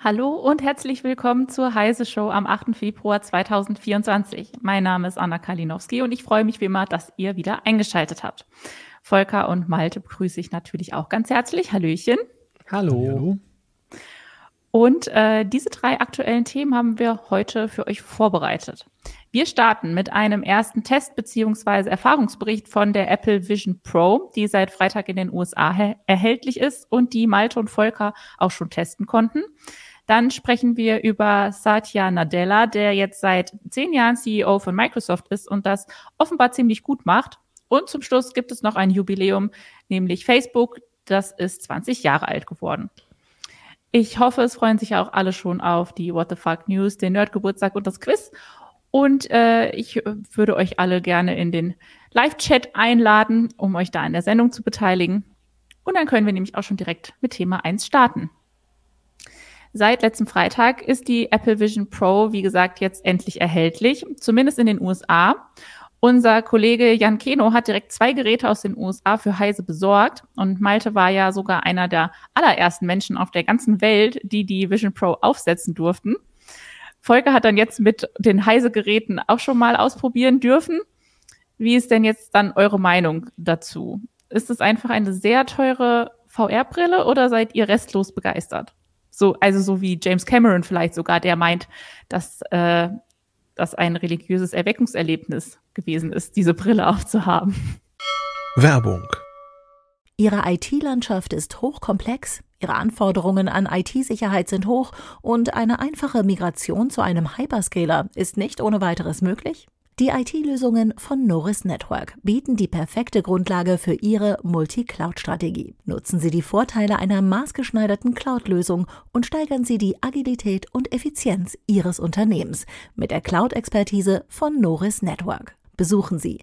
Hallo und herzlich willkommen zur Heise Show am 8. Februar 2024. Mein Name ist Anna Kalinowski und ich freue mich wie immer, dass ihr wieder eingeschaltet habt. Volker und Malte begrüße ich natürlich auch ganz herzlich. Hallöchen. Hallo. Und diese 3 aktuellen Themen haben wir heute für euch vorbereitet. Wir starten mit einem ersten Test bzw. Erfahrungsbericht von der Apple Vision Pro, die seit Freitag in den USA erhältlich ist und die Malte und Volker auch schon testen konnten. Dann sprechen wir über Satya Nadella, der jetzt seit 10 Jahren CEO von Microsoft ist und das offenbar ziemlich gut macht. Und zum Schluss gibt es noch ein Jubiläum, nämlich Facebook. Das ist 20 Jahre alt geworden. Ich hoffe, es freuen sich auch alle schon auf die What the Fuck News, den Nerdgeburtstag und das Quiz. Und ich würde euch alle gerne in den Live-Chat einladen, um euch da an der Sendung zu beteiligen. Und dann können wir nämlich auch schon direkt mit Thema 1 starten. Seit letztem Freitag ist die Apple Vision Pro, wie gesagt, jetzt endlich erhältlich, zumindest in den USA. Unser Kollege Jan Keno hat direkt 2 Geräte aus den USA für Heise besorgt und Malte war ja sogar einer der allerersten Menschen auf der ganzen Welt, die die Vision Pro aufsetzen durften. Volker hat dann jetzt mit den Heise-Geräten auch schon mal ausprobieren dürfen. Wie ist denn jetzt dann eure Meinung dazu? Ist es einfach eine sehr teure VR-Brille oder seid ihr restlos begeistert? Also so wie James Cameron vielleicht sogar, der meint, dass das ein religiöses Erweckungserlebnis gewesen ist, diese Brille aufzuhaben. Werbung. Ihre IT-Landschaft ist hochkomplex, Ihre Anforderungen an IT-Sicherheit sind hoch und eine einfache Migration zu einem Hyperscaler ist nicht ohne weiteres möglich? Die IT-Lösungen von Norris Network bieten die perfekte Grundlage für Ihre Multi-Cloud-Strategie. Nutzen Sie die Vorteile einer maßgeschneiderten Cloud-Lösung und steigern Sie die Agilität und Effizienz Ihres Unternehmens mit der Cloud-Expertise von Norris Network. Besuchen Sie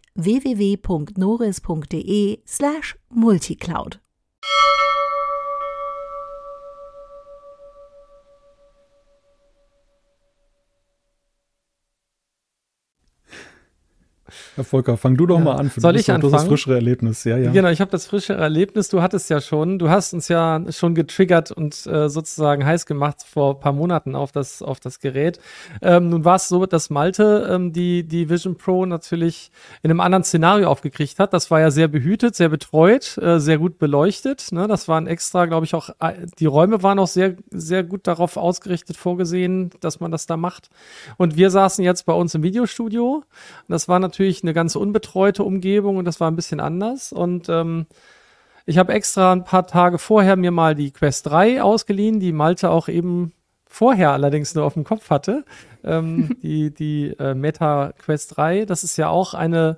www.norris.de/multicloud. Herr Volker, fang du doch mal an. Soll ich anfangen? Das frischere Erlebnis, ja. Genau, ich habe das frischere Erlebnis. Du hast uns ja schon getriggert und sozusagen heiß gemacht vor ein paar Monaten auf das Gerät. Nun war es so, dass Malte die Vision Pro natürlich in einem anderen Szenario aufgekriegt hat. Das war ja sehr behütet, sehr betreut, sehr gut beleuchtet. Ne? Das waren extra, glaube ich, auch die Räume waren auch sehr, sehr gut darauf ausgerichtet, vorgesehen, dass man das da macht. Und wir saßen jetzt bei uns im Videostudio. Das war natürlich eine ganz unbetreute Umgebung und das war ein bisschen anders. Und ich habe extra ein paar Tage vorher mir mal die Quest 3 ausgeliehen, die Malte auch eben vorher allerdings nur auf dem Kopf hatte. Die Meta Quest 3, das ist ja auch eine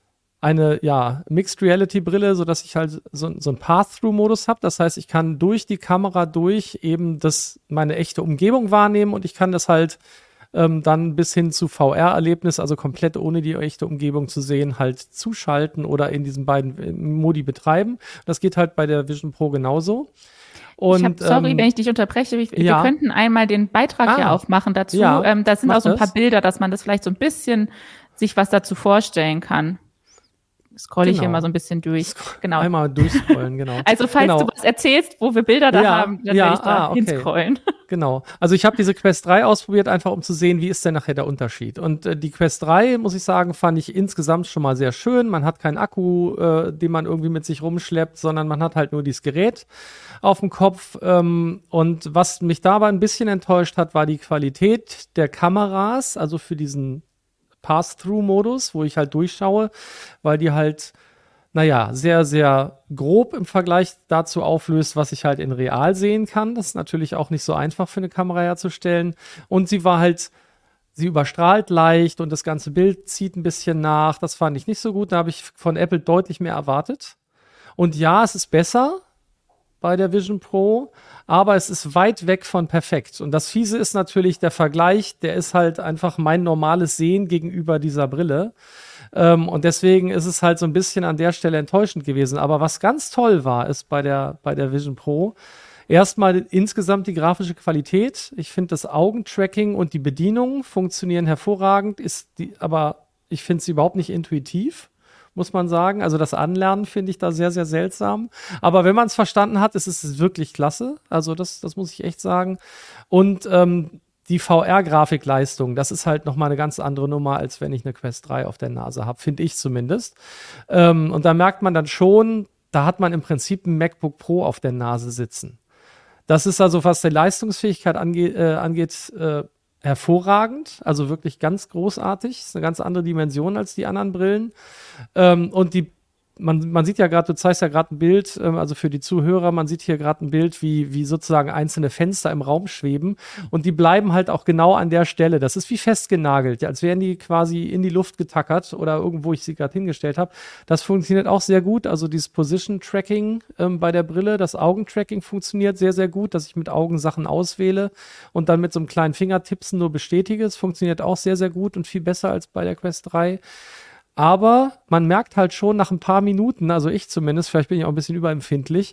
Mixed Reality Brille, sodass ich halt so einen Path-Through-Modus habe. Das heißt, ich kann durch die Kamera eben meine echte Umgebung wahrnehmen und ich kann das halt dann bis hin zu VR-Erlebnis, also komplett ohne die echte Umgebung zu sehen, halt zuschalten oder in diesen beiden Modi betreiben. Das geht halt bei der Vision Pro genauso. Und, sorry, wenn ich dich unterbreche, wir könnten einmal den Beitrag hier aufmachen dazu. Ja, da sind auch so ein paar Bilder, dass man das vielleicht so ein bisschen sich was dazu vorstellen kann. Scrolle ich hier mal so ein bisschen durch. Genau. Einmal durchscrollen, genau. Also falls du was erzählst, wo wir Bilder da haben, dann werde ich da hinscrollen. Genau. Also ich habe diese Quest 3 ausprobiert, einfach um zu sehen, wie ist denn nachher der Unterschied. Und die Quest 3, muss ich sagen, fand ich insgesamt schon mal sehr schön. Man hat keinen Akku, den man irgendwie mit sich rumschleppt, sondern man hat halt nur dieses Gerät auf dem Kopf. Und was mich dabei ein bisschen enttäuscht hat, war die Qualität der Kameras, also für diesen Pass-Through-Modus, wo ich halt durchschaue, weil die halt, sehr, sehr grob im Vergleich dazu auflöst, was ich halt in real sehen kann. Das ist natürlich auch nicht so einfach für eine Kamera herzustellen. Und sie überstrahlt leicht und das ganze Bild zieht ein bisschen nach. Das fand ich nicht so gut. Da habe ich von Apple deutlich mehr erwartet. Und ja, es ist besser bei der Vision Pro, aber es ist weit weg von perfekt. Und das Fiese ist natürlich der Vergleich, der ist halt einfach mein normales Sehen gegenüber dieser Brille. Und deswegen ist es halt so ein bisschen an der Stelle enttäuschend gewesen. Aber was ganz toll war, ist bei der Vision Pro erstmal insgesamt die grafische Qualität. Ich finde, das Augentracking und die Bedienung funktionieren hervorragend, aber ich finde sie überhaupt nicht intuitiv. muss man sagen. Also das Anlernen finde ich da sehr, sehr seltsam. Aber wenn man es verstanden hat, ist es wirklich klasse. Also das muss ich echt sagen. Und die VR-Grafikleistung, das ist halt nochmal eine ganz andere Nummer, als wenn ich eine Quest 3 auf der Nase habe, finde ich zumindest. Und da merkt man dann schon, da hat man im Prinzip ein MacBook Pro auf der Nase sitzen. Das ist also, was die Leistungsfähigkeit angeht, hervorragend, also wirklich ganz großartig. Ist eine ganz andere Dimension als die anderen Brillen. Und man sieht ja gerade, du zeigst ja gerade ein Bild, also für die Zuhörer, man sieht hier gerade ein Bild, wie sozusagen einzelne Fenster im Raum schweben und die bleiben halt auch genau an der Stelle. Das ist wie festgenagelt, als wären die quasi in die Luft getackert oder irgendwo ich sie gerade hingestellt habe. Das funktioniert auch sehr gut, also dieses Position-Tracking bei der Brille, das Augentracking funktioniert sehr, sehr gut, dass ich mit Augen Sachen auswähle und dann mit so einem kleinen Fingertipsen nur bestätige. Es funktioniert auch sehr, sehr gut und viel besser als bei der Quest 3. Aber man merkt halt schon nach ein paar Minuten, also ich zumindest, vielleicht bin ich auch ein bisschen überempfindlich,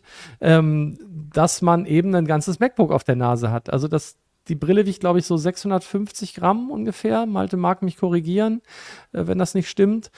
dass man eben ein ganzes MacBook auf der Nase hat. Also die Brille wiegt, glaube ich, so 650 Gramm ungefähr. Malte mag mich korrigieren, wenn das nicht stimmt.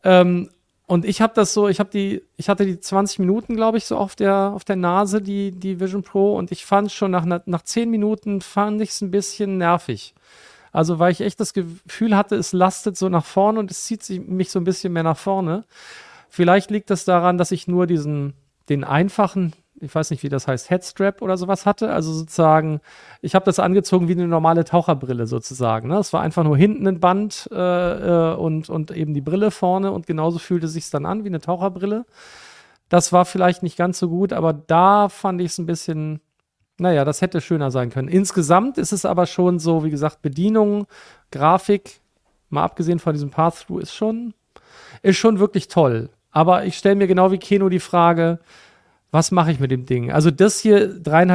Und ich habe das so, ich hatte die 20 Minuten, glaube ich, so auf der Nase, die Vision Pro. Und ich fand schon nach 10 Minuten fand ich es ein bisschen nervig. Also weil ich echt das Gefühl hatte, es lastet so nach vorne und es zieht mich so ein bisschen mehr nach vorne. Vielleicht liegt es daran, dass ich nur den einfachen, ich weiß nicht, wie das heißt, Headstrap oder sowas hatte. Also sozusagen, ich habe das angezogen wie eine normale Taucherbrille sozusagen. Ne? Es war einfach nur hinten ein Band und eben die Brille vorne und genauso fühlte es sich dann an wie eine Taucherbrille. Das war vielleicht nicht ganz so gut, aber da fand ich es ein bisschen... Naja, das hätte schöner sein können. Insgesamt ist es aber schon so, wie gesagt, Bedienung, Grafik, mal abgesehen von diesem Path-Through, ist schon wirklich toll. Aber ich stelle mir genau wie Keno die Frage, was mache ich mit dem Ding? Also das hier,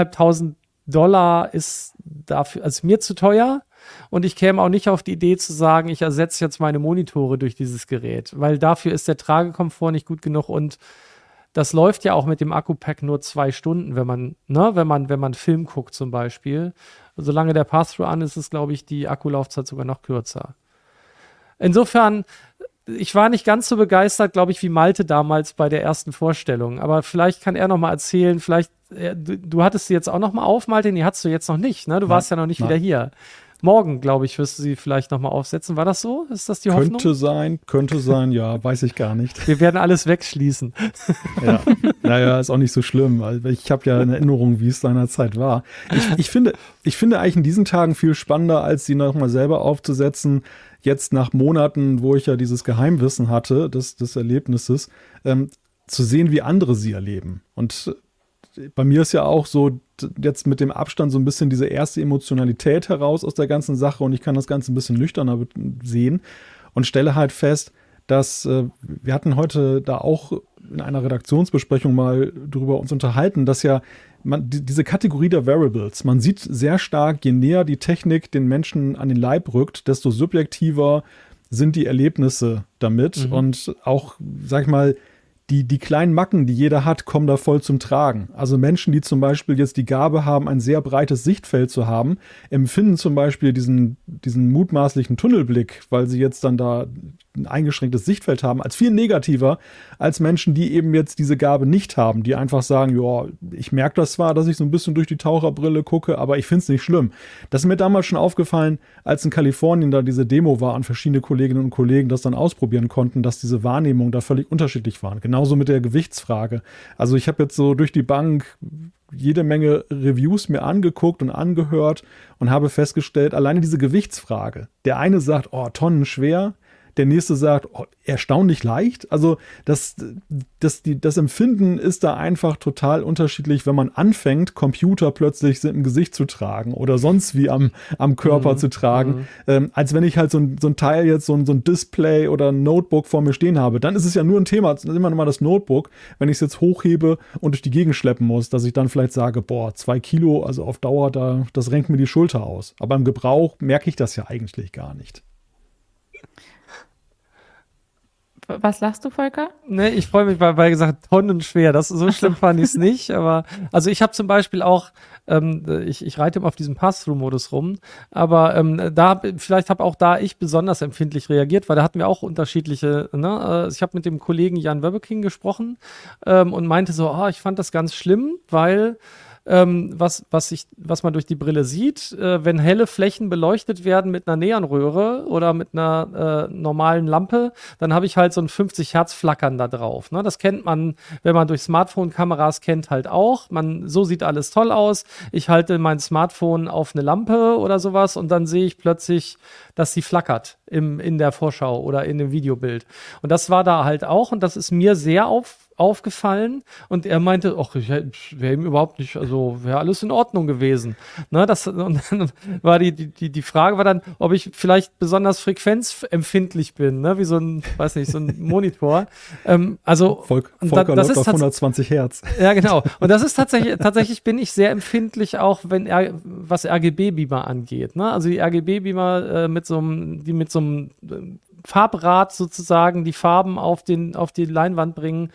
$3.500 ist dafür, also mir zu teuer. Und ich käme auch nicht auf die Idee zu sagen, ich ersetze jetzt meine Monitore durch dieses Gerät, weil dafür ist der Tragekomfort nicht gut genug und das läuft ja auch mit dem Akku-Pack nur 2 Stunden, wenn man Film guckt zum Beispiel. Solange der Pass-Through an ist, ist, glaube ich, die Akkulaufzeit sogar noch kürzer. Insofern, ich war nicht ganz so begeistert, glaube ich, wie Malte damals bei der ersten Vorstellung. Aber vielleicht kann er noch mal erzählen, vielleicht, du hattest sie jetzt auch noch mal auf, Malte? Nee, hattest du jetzt noch nicht, ne? Du warst ja noch nicht wieder hier. Morgen, glaube ich, wirst du sie vielleicht nochmal aufsetzen. War das so? Ist das die Hoffnung? Könnte sein, ja, weiß ich gar nicht. Wir werden alles wegschließen. Ja, naja, ist auch nicht so schlimm, weil ich habe ja eine Erinnerung, wie es seinerzeit war. Ich finde eigentlich in diesen Tagen viel spannender, als sie nochmal selber aufzusetzen, jetzt nach Monaten, wo ich ja dieses Geheimwissen hatte, des Erlebnisses, zu sehen, wie andere sie erleben. Und bei mir ist ja auch so jetzt mit dem Abstand so ein bisschen diese erste Emotionalität heraus aus der ganzen Sache und ich kann das Ganze ein bisschen nüchterner sehen und stelle halt fest, dass wir hatten heute da auch in einer Redaktionsbesprechung mal drüber uns unterhalten, dass ja diese Kategorie der Variables, man sieht sehr stark, je näher die Technik den Menschen an den Leib rückt, desto subjektiver sind die Erlebnisse damit und auch, sag ich mal, die kleinen Macken, die jeder hat, kommen da voll zum Tragen. Also Menschen, die zum Beispiel jetzt die Gabe haben, ein sehr breites Sichtfeld zu haben, empfinden zum Beispiel diesen mutmaßlichen Tunnelblick, weil sie jetzt dann da ein eingeschränktes Sichtfeld haben, als viel negativer als Menschen, die eben jetzt diese Gabe nicht haben, die einfach sagen, ja, ich merke das zwar, dass ich so ein bisschen durch die Taucherbrille gucke, aber ich finde es nicht schlimm. Das ist mir damals schon aufgefallen, als in Kalifornien da diese Demo war und verschiedene Kolleginnen und Kollegen das dann ausprobieren konnten, dass diese Wahrnehmungen da völlig unterschiedlich waren. Genauso mit der Gewichtsfrage. Also ich habe jetzt so durch die Bank jede Menge Reviews mir angeguckt und angehört und habe festgestellt, alleine diese Gewichtsfrage. Der eine sagt, oh, tonnenschwer. Der nächste sagt, oh, erstaunlich leicht. Also das Empfinden ist da einfach total unterschiedlich, wenn man anfängt, Computer plötzlich im Gesicht zu tragen oder sonst wie am Körper zu tragen, als wenn ich halt so ein Teil jetzt, so ein Display oder ein Notebook vor mir stehen habe. Dann ist es ja nur ein Thema, immer noch mal das Notebook, wenn ich es jetzt hochhebe und durch die Gegend schleppen muss, dass ich dann vielleicht sage, boah, 2 Kilo, also auf Dauer, das renkt mir die Schulter aus. Aber im Gebrauch merke ich das ja eigentlich gar nicht. Was lachst du, Volker? Ne, ich freue mich, weil gesagt, tonnenschwer. So schlimm fand ich es nicht. Aber also ich habe zum Beispiel auch, ich reite immer auf diesem Pass-Through-Modus rum, aber vielleicht habe auch da ich besonders empfindlich reagiert, weil da hatten wir auch unterschiedliche, ne? Ich habe mit dem Kollegen Jan Wöbbeking gesprochen und meinte so, ich fand das ganz schlimm, weil was man durch die Brille sieht, wenn helle Flächen beleuchtet werden mit einer Neonröhre oder mit einer normalen Lampe, dann habe ich halt so ein 50 Hertz Flackern da drauf. Ne? Das kennt man, wenn man durch Smartphone-Kameras kennt, halt auch. So sieht alles toll aus. Ich halte mein Smartphone auf eine Lampe oder sowas und dann sehe ich plötzlich, dass sie flackert in der Vorschau oder in dem Videobild. Und das war da halt auch und das ist mir sehr aufgefallen und er meinte, wäre ihm überhaupt nicht, also wäre alles in Ordnung gewesen. Ne, und dann war die Frage war dann, ob ich vielleicht besonders frequenzempfindlich bin, ne, wie so ein Monitor. Volker läuft auf 120 Hertz. Ja, genau. Und das ist tatsächlich bin ich sehr empfindlich auch, was RGB-Beamer angeht. Ne? Also die RGB-Beamer mit so einem Farbrad sozusagen die Farben auf die Leinwand bringen.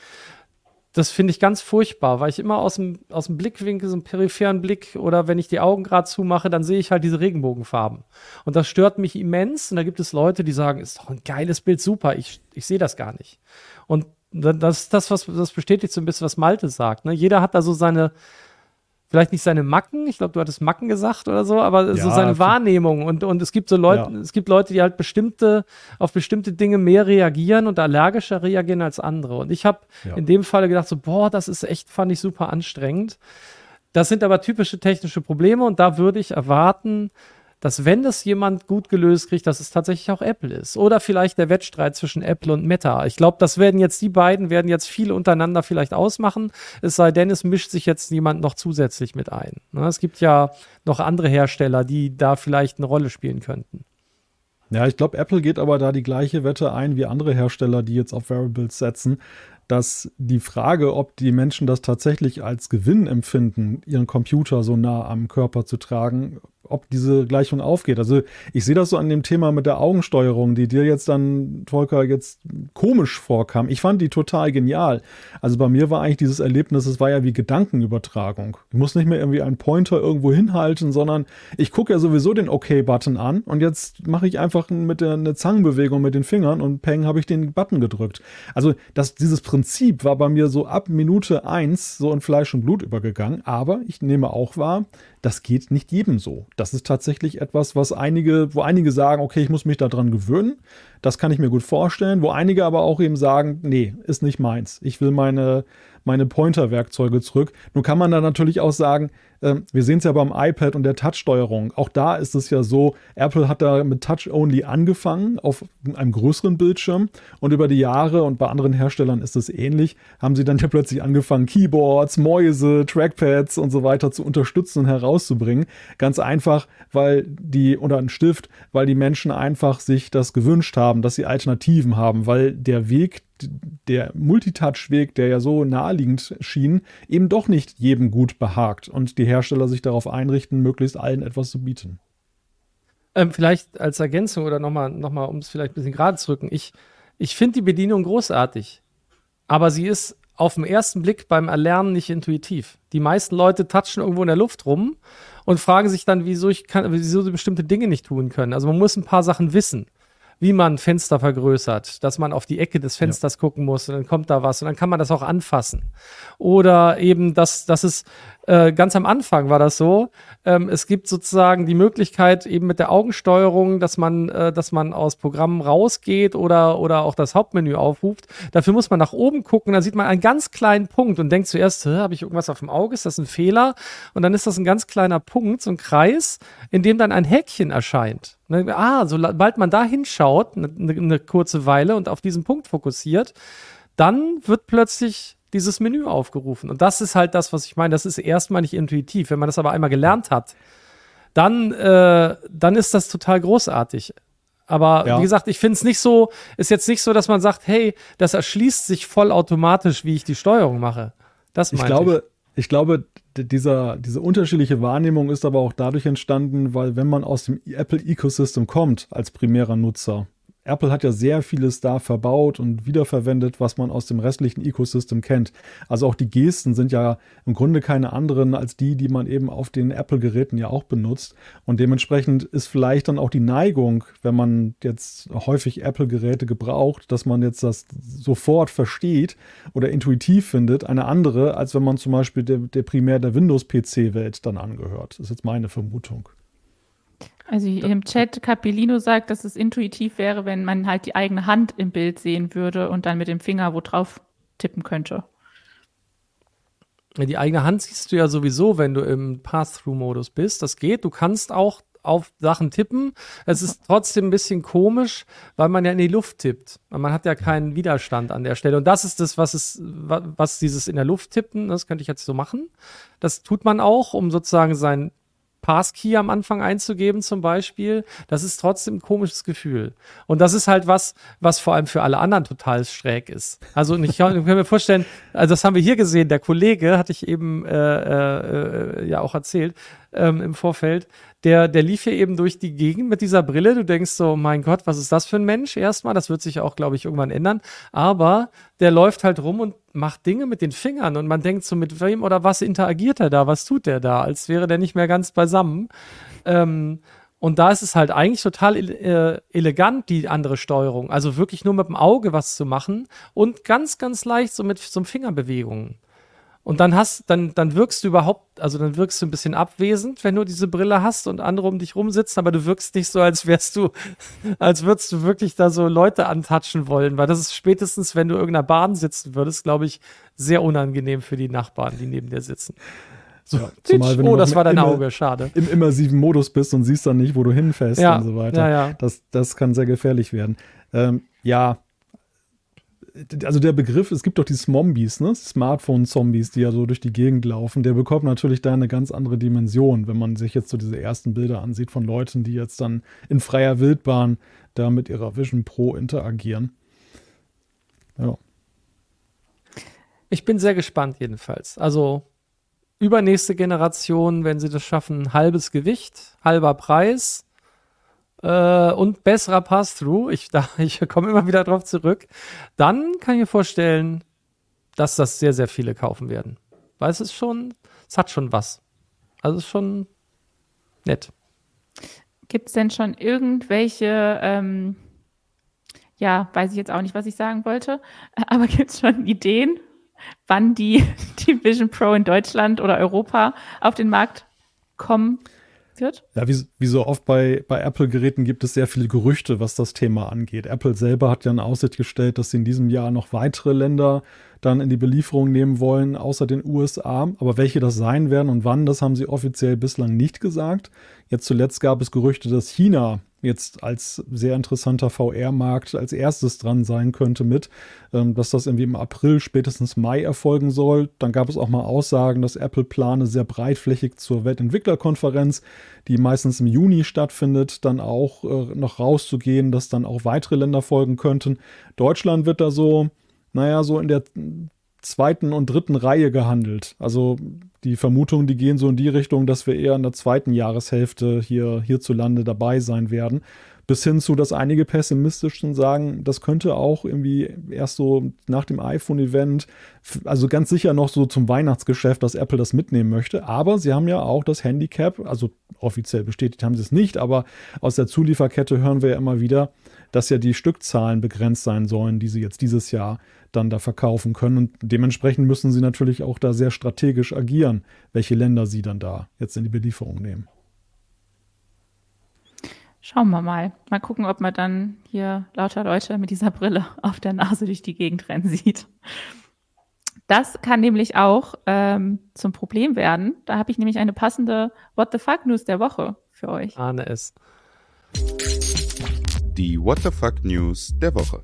Das finde ich ganz furchtbar, weil ich immer aus dem Blickwinkel, so einem peripheren Blick oder wenn ich die Augen gerade zumache, dann sehe ich halt diese Regenbogenfarben. Und das stört mich immens. Und da gibt es Leute, die sagen, ist doch ein geiles Bild, super, ich sehe das gar nicht. Und das bestätigt so ein bisschen, was Malte sagt. Ne? Jeder hat da so vielleicht nicht seine Macken, ich glaube, du hattest Macken gesagt oder so, aber so seine Wahrnehmung und es gibt so Leute, es gibt Leute, die halt auf bestimmte Dinge mehr reagieren und allergischer reagieren als andere. Und ich habe in dem Fall gedacht so, das ist echt, fand ich super anstrengend. Das sind aber typische technische Probleme und da würde ich erwarten, dass wenn das jemand gut gelöst kriegt, dass es tatsächlich auch Apple ist. Oder vielleicht der Wettstreit zwischen Apple und Meta. Ich glaube, die beiden werden jetzt viel untereinander vielleicht ausmachen. Es sei denn, es mischt sich jetzt jemand noch zusätzlich mit ein. Es gibt ja noch andere Hersteller, die da vielleicht eine Rolle spielen könnten. Ja, ich glaube, Apple geht aber da die gleiche Wette ein wie andere Hersteller, die jetzt auf Wearables setzen, dass die Frage, ob die Menschen das tatsächlich als Gewinn empfinden, ihren Computer so nah am Körper zu tragen, ob diese Gleichung aufgeht. Also ich sehe das so an dem Thema mit der Augensteuerung, die dir jetzt dann, Volker, jetzt komisch vorkam. Ich fand die total genial. Also bei mir war eigentlich dieses Erlebnis, es war ja wie Gedankenübertragung. Ich muss nicht mehr irgendwie einen Pointer irgendwo hinhalten, sondern ich gucke ja sowieso den OK-Button an und jetzt mache ich einfach eine Zangenbewegung mit den Fingern und peng, habe ich den Button gedrückt. Also dieses Prinzip war bei mir so ab Minute 1 so in Fleisch und Blut übergegangen, aber ich nehme auch wahr, das geht nicht jedem so. Das ist tatsächlich etwas, wo einige sagen, okay, ich muss mich daran gewöhnen. Das kann ich mir gut vorstellen. Wo einige aber auch eben sagen, nee, ist nicht meins. Ich will meine Pointer-Werkzeuge zurück. Nun kann man da natürlich auch sagen, wir sehen es ja beim iPad und der Touch-Steuerung. Auch da ist es ja so, Apple hat da mit Touch-Only angefangen auf einem größeren Bildschirm und über die Jahre, und bei anderen Herstellern ist es ähnlich, haben sie dann ja plötzlich angefangen, Keyboards, Mäuse, Trackpads und so weiter zu unterstützen und herauszubringen. Ganz einfach, oder einen Stift, weil die Menschen einfach sich das gewünscht haben, dass sie Alternativen haben, weil der Multitouch-Weg, der ja so naheliegend schien, eben doch nicht jedem gut behagt und die Hersteller sich darauf einrichten, möglichst allen etwas zu bieten. Vielleicht als Ergänzung oder nochmal, um es vielleicht ein bisschen gerade zu rücken. Ich finde die Bedienung großartig, aber sie ist auf den ersten Blick beim Erlernen nicht intuitiv. Die meisten Leute touchen irgendwo in der Luft rum und fragen sich dann, wieso sie bestimmte Dinge nicht tun können. Also man muss ein paar Sachen wissen. Wie man Fenster vergrößert, dass man auf die Ecke des Fensters gucken muss und dann kommt da was und dann kann man das auch anfassen. Oder eben, dass es ganz am Anfang war das so, es gibt sozusagen die Möglichkeit eben mit der Augensteuerung, dass man aus Programmen rausgeht oder auch das Hauptmenü aufruft. Dafür muss man nach oben gucken, da sieht man einen ganz kleinen Punkt und denkt zuerst, habe ich irgendwas auf dem Auge, ist das ein Fehler? Und dann ist das ein ganz kleiner Punkt, so ein Kreis, in dem dann ein Häkchen erscheint. Sobald man da hinschaut, eine kurze Weile und auf diesen Punkt fokussiert, dann wird plötzlich dieses Menü aufgerufen. Und das ist halt das, was ich meine. Das ist erstmal nicht intuitiv. Wenn man das aber einmal gelernt hat, dann ist das total großartig. Aber wie gesagt, ich finde es nicht so, ist jetzt nicht so, dass man sagt, hey, das erschließt sich vollautomatisch, wie ich die Steuerung mache. Das meine ich. Ich glaube, diese unterschiedliche Wahrnehmung ist aber auch dadurch entstanden, weil wenn man aus dem Apple-Ecosystem kommt als primärer Nutzer, Apple hat ja sehr vieles da verbaut und wiederverwendet, was man aus dem restlichen Ecosystem kennt. Also auch die Gesten sind ja im Grunde keine anderen als die man eben auf den Apple-Geräten ja auch benutzt. Und dementsprechend ist vielleicht dann auch die Neigung, wenn man jetzt häufig Apple-Geräte gebraucht, dass man jetzt das sofort versteht oder intuitiv findet, eine andere, als wenn man zum Beispiel der primär der Windows-PC-Welt dann angehört. Das ist jetzt meine Vermutung. Also hier im Chat, Capellino sagt, dass es intuitiv wäre, wenn man halt die eigene Hand im Bild sehen würde und dann mit dem Finger wo drauf tippen könnte. Die eigene Hand siehst du ja sowieso, wenn du im Pass-Through-Modus bist. Das geht. Du kannst auch auf Sachen tippen. Es ist trotzdem ein bisschen komisch, weil man ja in die Luft tippt. Man hat ja keinen Widerstand an der Stelle. Und das ist das, was dieses in der Luft tippen, das könnte ich jetzt so machen. Das tut man auch, um sozusagen sein Passkey am Anfang einzugeben zum Beispiel, das ist trotzdem ein komisches Gefühl. Und das ist halt was vor allem für alle anderen total schräg ist. Also ich kann mir vorstellen, also das haben wir hier gesehen, der Kollege, hatte ich eben ja auch erzählt, im Vorfeld, der lief hier eben durch die Gegend mit dieser Brille. Du denkst so, mein Gott, was ist das für ein Mensch erstmal? Das wird sich auch, glaube ich, irgendwann ändern. Aber der läuft halt rum und macht Dinge mit den Fingern und man denkt so, mit wem oder was interagiert er da? Was tut der da? Als wäre der nicht mehr ganz beisammen. Und da ist es halt eigentlich total elegant, die andere Steuerung. Also wirklich nur mit dem Auge was zu machen und ganz, ganz leicht so mit so Fingerbewegungen. Und dann wirkst du dann wirkst du ein bisschen abwesend, wenn du diese Brille hast und andere um dich rum sitzen, aber du wirkst nicht so, als würdest du wirklich da so Leute antatschen wollen, weil das ist spätestens, wenn du in irgendeiner Bahn sitzen würdest, glaube ich, sehr unangenehm für die Nachbarn, die neben dir sitzen. So, ja, zumal, wenn du das war dein Auge, schade. Im immersiven Modus bist und siehst dann nicht, wo du hinfährst ja, und so weiter. Ja. Das kann sehr gefährlich werden. Also der Begriff, es gibt doch die Smombies, ne? Smartphone-Zombies, die ja so durch die Gegend laufen, der bekommt natürlich da eine ganz andere Dimension, wenn man sich jetzt so diese ersten Bilder ansieht von Leuten, die jetzt dann in freier Wildbahn da mit ihrer Vision Pro interagieren. Ja. Ich bin sehr gespannt jedenfalls. Also übernächste Generation, wenn sie das schaffen, halbes Gewicht, halber Preis, und besserer Pass-Through, ich komme immer wieder drauf zurück, dann kann ich mir vorstellen, dass das sehr, sehr viele kaufen werden. Weil es hat schon was. Also es ist schon nett. Gibt es denn schon irgendwelche, weiß ich jetzt auch nicht, was ich sagen wollte, aber gibt es schon Ideen, wann die Vision Pro in Deutschland oder Europa auf den Markt kommen wird? Ja, wie so oft bei Apple-Geräten gibt es sehr viele Gerüchte, was das Thema angeht. Apple selber hat ja in Aussicht gestellt, dass sie in diesem Jahr noch weitere Länder dann in die Belieferung nehmen wollen, außer den USA. Aber welche das sein werden und wann, das haben sie offiziell bislang nicht gesagt. Jetzt zuletzt gab es Gerüchte, dass China jetzt als sehr interessanter VR-Markt als erstes dran sein könnte dass das irgendwie im April, spätestens Mai erfolgen soll. Dann gab es auch mal Aussagen, dass Apple plane, sehr breitflächig zur Weltentwicklerkonferenz, die meistens im Juni stattfindet, dann auch noch rauszugehen, dass dann auch weitere Länder folgen könnten. Deutschland wird da so in der zweiten und dritten Reihe gehandelt. Also die Vermutungen, die gehen so in die Richtung, dass wir eher in der zweiten Jahreshälfte hierzulande dabei sein werden. Bis hin zu, dass einige Pessimistischen sagen, das könnte auch irgendwie erst so nach dem iPhone-Event, also ganz sicher noch so zum Weihnachtsgeschäft, dass Apple das mitnehmen möchte. Aber sie haben ja auch das Handicap, also offiziell bestätigt haben sie es nicht, aber aus der Zulieferkette hören wir ja immer wieder, dass ja die Stückzahlen begrenzt sein sollen, die sie jetzt dieses Jahr dann da verkaufen können. Und dementsprechend müssen sie natürlich auch da sehr strategisch agieren, welche Länder sie dann da jetzt in die Belieferung nehmen. Schauen wir mal. Mal gucken, ob man dann hier lauter Leute mit dieser Brille auf der Nase durch die Gegend rennen sieht. Das kann nämlich auch zum Problem werden. Da habe ich nämlich eine passende What the Fuck News der Woche für euch. Ahne es. Die What the Fuck News der Woche.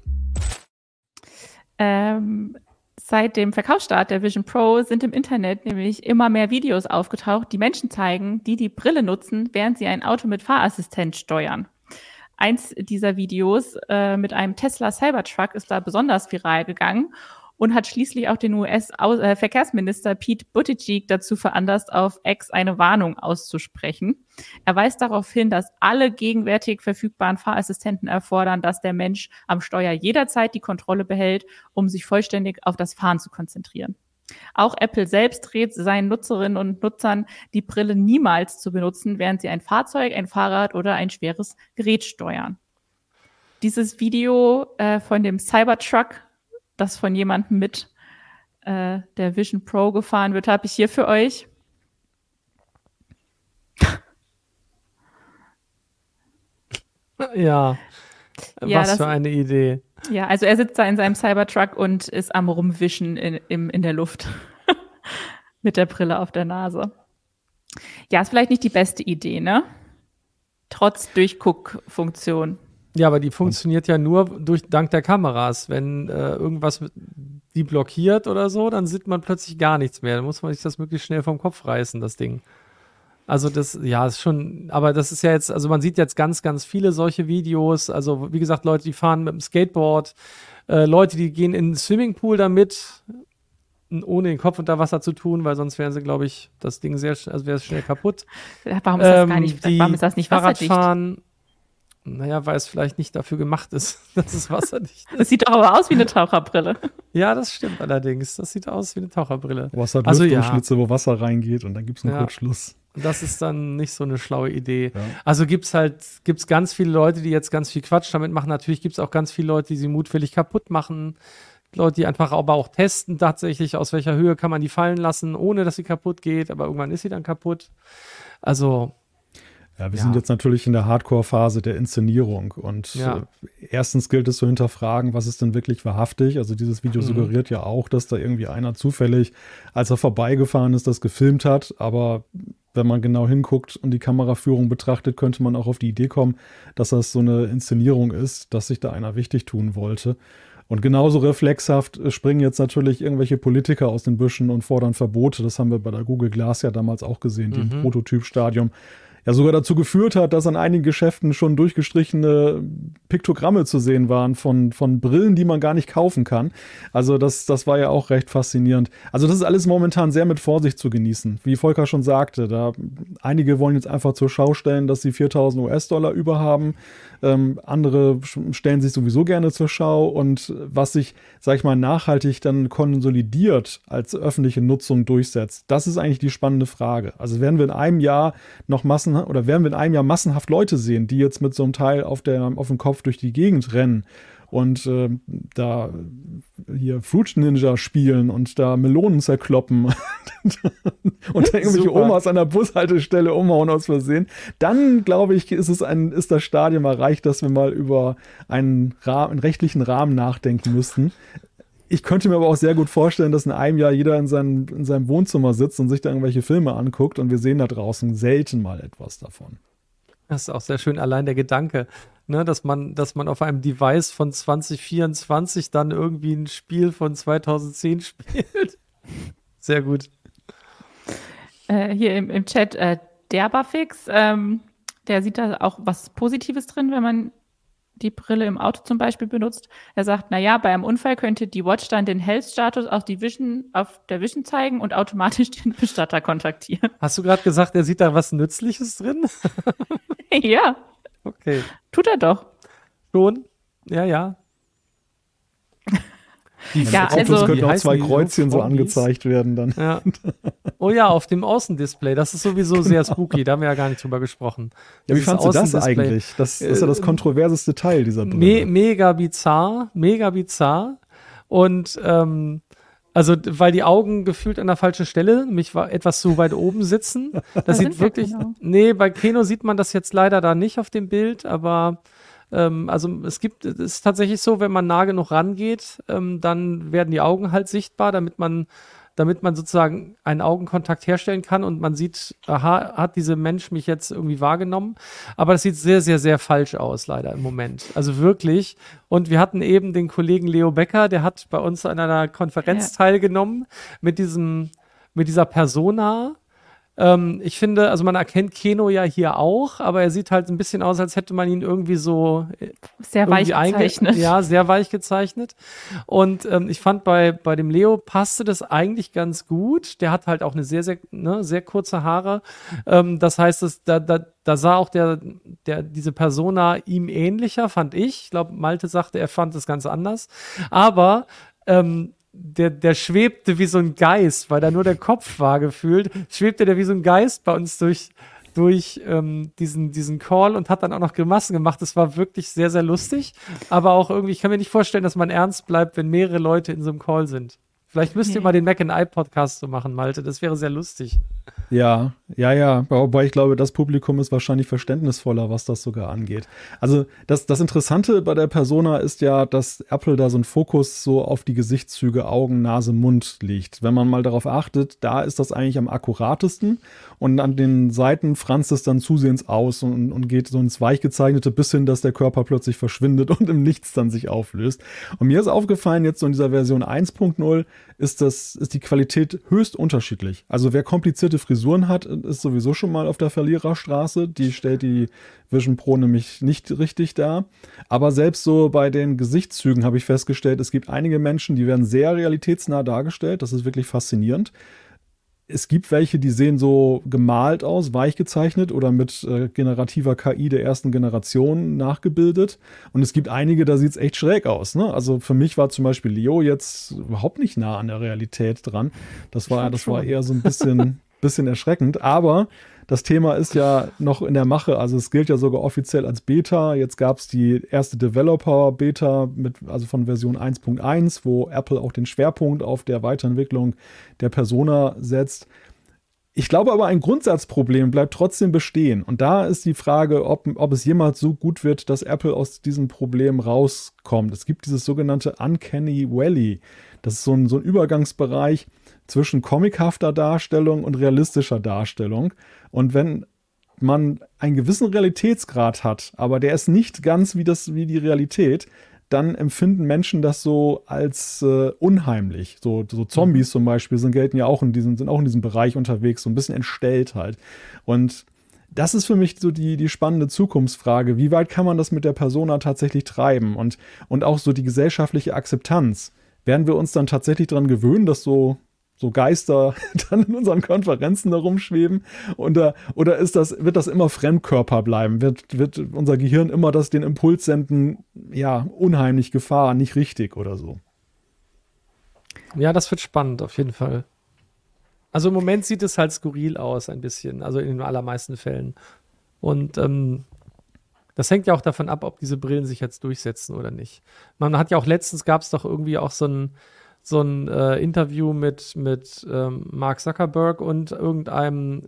Seit dem Verkaufsstart der Vision Pro sind im Internet nämlich immer mehr Videos aufgetaucht, die Menschen zeigen, die Brille nutzen, während sie ein Auto mit Fahrassistent steuern. Eins dieser Videos mit einem Tesla Cybertruck ist da besonders viral gegangen und hat schließlich auch den US-Verkehrsminister Pete Buttigieg dazu veranlasst, auf X eine Warnung auszusprechen. Er weist darauf hin, dass alle gegenwärtig verfügbaren Fahrassistenten erfordern, dass der Mensch am Steuer jederzeit die Kontrolle behält, um sich vollständig auf das Fahren zu konzentrieren. Auch Apple selbst rät seinen Nutzerinnen und Nutzern, die Brille niemals zu benutzen, während sie ein Fahrzeug, ein Fahrrad oder ein schweres Gerät steuern. Dieses Video von dem Cybertruck, das von jemandem mit der Vision Pro gefahren wird, habe ich hier für euch. Ja, was für eine Idee. Ja, also er sitzt da in seinem Cybertruck und ist am Rumwischen in der Luft mit der Brille auf der Nase. Ja, ist vielleicht nicht die beste Idee, ne? Trotz Durchguckfunktion. Ja, aber die funktioniert ja nur dank der Kameras. Wenn irgendwas die blockiert oder so, dann sieht man plötzlich gar nichts mehr. Dann muss man sich das möglichst schnell vom Kopf reißen, das Ding. Also das, ja, ist schon, aber das ist ja jetzt, also man sieht jetzt ganz, ganz viele solche Videos. Also wie gesagt, Leute, die fahren mit dem Skateboard, Leute, die gehen in den Swimmingpool damit, ohne den Kopf unter Wasser zu tun, weil sonst wären sie, glaube ich, das Ding wäre es schnell kaputt. Warum ist das nicht wasserdicht? Fahrradfahren, naja, weil es vielleicht nicht dafür gemacht ist, dass es wasserdicht ist. Das sieht doch aber aus wie eine Taucherbrille. Ja, das stimmt allerdings. Das sieht aus wie eine Taucherbrille. Aber es hat Lüftungsschlitze, wo Wasser reingeht und dann gibt es einen Kurzschluss. Das ist dann nicht so eine schlaue Idee. Ja. Also gibt's ganz viele Leute, die jetzt ganz viel Quatsch damit machen. Natürlich gibt's auch ganz viele Leute, die sie mutwillig kaputt machen. Leute, die einfach aber auch testen tatsächlich, aus welcher Höhe kann man die fallen lassen, ohne dass sie kaputt geht. Aber irgendwann ist sie dann kaputt. Also ja, wir sind jetzt natürlich in der Hardcore-Phase der Inszenierung und erstens gilt es zu hinterfragen, was ist denn wirklich wahrhaftig. Also dieses Video suggeriert ja auch, dass da irgendwie einer zufällig, als er vorbeigefahren ist, das gefilmt hat. Aber wenn man genau hinguckt und die Kameraführung betrachtet, könnte man auch auf die Idee kommen, dass das so eine Inszenierung ist, dass sich da einer wichtig tun wollte. Und genauso reflexhaft springen jetzt natürlich irgendwelche Politiker aus den Büschen und fordern Verbote. Das haben wir bei der Google Glass ja damals auch gesehen, die im Prototypstadium ja sogar dazu geführt hat, dass an einigen Geschäften schon durchgestrichene Piktogramme zu sehen waren von Brillen, die man gar nicht kaufen kann. Also das war ja auch recht faszinierend. Also das ist alles momentan sehr mit Vorsicht zu genießen. Wie Volker schon sagte, einige wollen jetzt einfach zur Schau stellen, dass sie 4.000 US-Dollar über haben. Andere stellen sich sowieso gerne zur Schau. Und was sich, sag ich mal, nachhaltig dann konsolidiert als öffentliche Nutzung durchsetzt, das ist eigentlich die spannende Frage. Also werden wir in einem Jahr massenhaft Leute sehen, die jetzt mit so einem Teil auf dem Kopf durch die Gegend rennen und da hier Fruit Ninja spielen und da Melonen zerkloppen und da irgendwelche Omas an der Bushaltestelle umhauen aus Versehen, dann glaube ich, ist das Stadium erreicht, dass wir mal über einen rechtlichen Rahmen nachdenken müssten. Ich könnte mir aber auch sehr gut vorstellen, dass in einem Jahr jeder in seinem Wohnzimmer sitzt und sich da irgendwelche Filme anguckt und wir sehen da draußen selten mal etwas davon. Das ist auch sehr schön, allein der Gedanke, ne, dass man auf einem Device von 2024 dann irgendwie ein Spiel von 2010 spielt. Sehr gut. Hier im Chat, Derbafix, der sieht da auch was Positives drin, wenn man die Brille im Auto zum Beispiel benutzt. Er sagt, naja, bei einem Unfall könnte die Watch dann den Health-Status auf der Vision zeigen und automatisch den Bestatter kontaktieren. Hast du gerade gesagt, er sieht da was Nützliches drin? Ja. Okay. Tut er doch. Schon? Ja. Es könnten auch zwei Kreuzchen so angezeigt werden dann. Ja. Oh ja, auf dem Außendisplay. Das ist sowieso sehr spooky. Da haben wir ja gar nicht drüber gesprochen. Ja, wie fandst du das eigentlich? Das ist ja das kontroverseste Teil dieser Brille. Mega bizarr. Und also, weil die Augen gefühlt an der falschen Stelle, nämlich etwas zu weit oben sitzen. Das sieht wirklich, genau. Bei Keno sieht man das jetzt leider da nicht auf dem Bild, aber also es ist tatsächlich so, wenn man nah genug rangeht, dann werden die Augen halt sichtbar, damit man sozusagen einen Augenkontakt herstellen kann und man sieht, aha, hat dieser Mensch mich jetzt irgendwie wahrgenommen. Aber das sieht sehr, sehr, sehr falsch aus, leider im Moment. Also wirklich. Und wir hatten eben den Kollegen Leo Becker, der hat bei uns an einer Konferenz teilgenommen mit dieser Persona. Ich finde, also man erkennt Keno ja hier auch, aber er sieht halt ein bisschen aus, als hätte man ihn irgendwie so sehr weich gezeichnet. Ja, sehr weich gezeichnet. Und ich fand bei dem Leo passte das eigentlich ganz gut. Der hat halt auch eine sehr, sehr, sehr kurze Haare. Das heißt, da sah auch diese Persona ihm ähnlicher, fand ich. Ich glaube, Malte sagte, er fand es ganz anders. Aber der schwebte wie so ein Geist, weil da nur der Kopf war gefühlt, schwebte der wie so ein Geist bei uns durch diesen Call und hat dann auch noch Grimassen gemacht. Das war wirklich sehr, sehr lustig. Aber auch irgendwie, ich kann mir nicht vorstellen, dass man ernst bleibt, wenn mehrere Leute in so einem Call sind. Vielleicht müsst ihr mal den Mac and I Podcast so machen, Malte. Das wäre sehr lustig. Ja. Wobei ich glaube, das Publikum ist wahrscheinlich verständnisvoller, was das sogar angeht. Also das Interessante bei der Persona ist ja, dass Apple da so einen Fokus so auf die Gesichtszüge, Augen, Nase, Mund legt. Wenn man mal darauf achtet, da ist das eigentlich am akkuratesten und an den Seiten franzt es dann zusehends aus und geht so ins Weichgezeichnete bis hin, dass der Körper plötzlich verschwindet und im Nichts dann sich auflöst. Und mir ist aufgefallen, jetzt so in dieser Version 1.0 ist die Qualität höchst unterschiedlich. Also wer komplizierte Frisuren hat, ist sowieso schon mal auf der Verliererstraße. Die stellt die Vision Pro nämlich nicht richtig dar. Aber selbst so bei den Gesichtszügen habe ich festgestellt, es gibt einige Menschen, die werden sehr realitätsnah dargestellt. Das ist wirklich faszinierend. Es gibt welche, die sehen so gemalt aus, weich gezeichnet oder mit generativer KI der ersten Generation nachgebildet. Und es gibt einige, da sieht es echt schräg aus. Ne? Also für mich war zum Beispiel Leo jetzt überhaupt nicht nah an der Realität dran. Das war eher so ein bisschen erschreckend. Aber das Thema ist ja noch in der Mache. Also es gilt ja sogar offiziell als Beta. Jetzt gab es die erste Developer-Beta also von Version 1.1, wo Apple auch den Schwerpunkt auf der Weiterentwicklung der Persona setzt. Ich glaube aber, ein Grundsatzproblem bleibt trotzdem bestehen. Und da ist die Frage, ob es jemals so gut wird, dass Apple aus diesem Problem rauskommt. Es gibt dieses sogenannte Uncanny Valley. Das ist so ein Übergangsbereich zwischen comichafter Darstellung und realistischer Darstellung. Und wenn man einen gewissen Realitätsgrad hat, aber der ist nicht ganz wie die Realität, dann empfinden Menschen das so als unheimlich. So Zombies zum Beispiel sind ja auch in diesem Bereich unterwegs, so ein bisschen entstellt halt. Und das ist für mich so die spannende Zukunftsfrage. Wie weit kann man das mit der Persona tatsächlich treiben? Und auch so die gesellschaftliche Akzeptanz. Werden wir uns dann tatsächlich daran gewöhnen, dass so Geister dann in unseren Konferenzen da rumschweben? Oder wird das immer Fremdkörper bleiben? Wird unser Gehirn immer den Impuls senden, ja, unheimlich, Gefahr, nicht richtig oder so? Ja, das wird spannend, auf jeden Fall. Also im Moment sieht es halt skurril aus, ein bisschen, also in den allermeisten Fällen. Und das hängt ja auch davon ab, ob diese Brillen sich jetzt durchsetzen oder nicht. Man hat ja auch letztens, gab es doch irgendwie auch so ein Interview mit Mark Zuckerberg und irgendeinem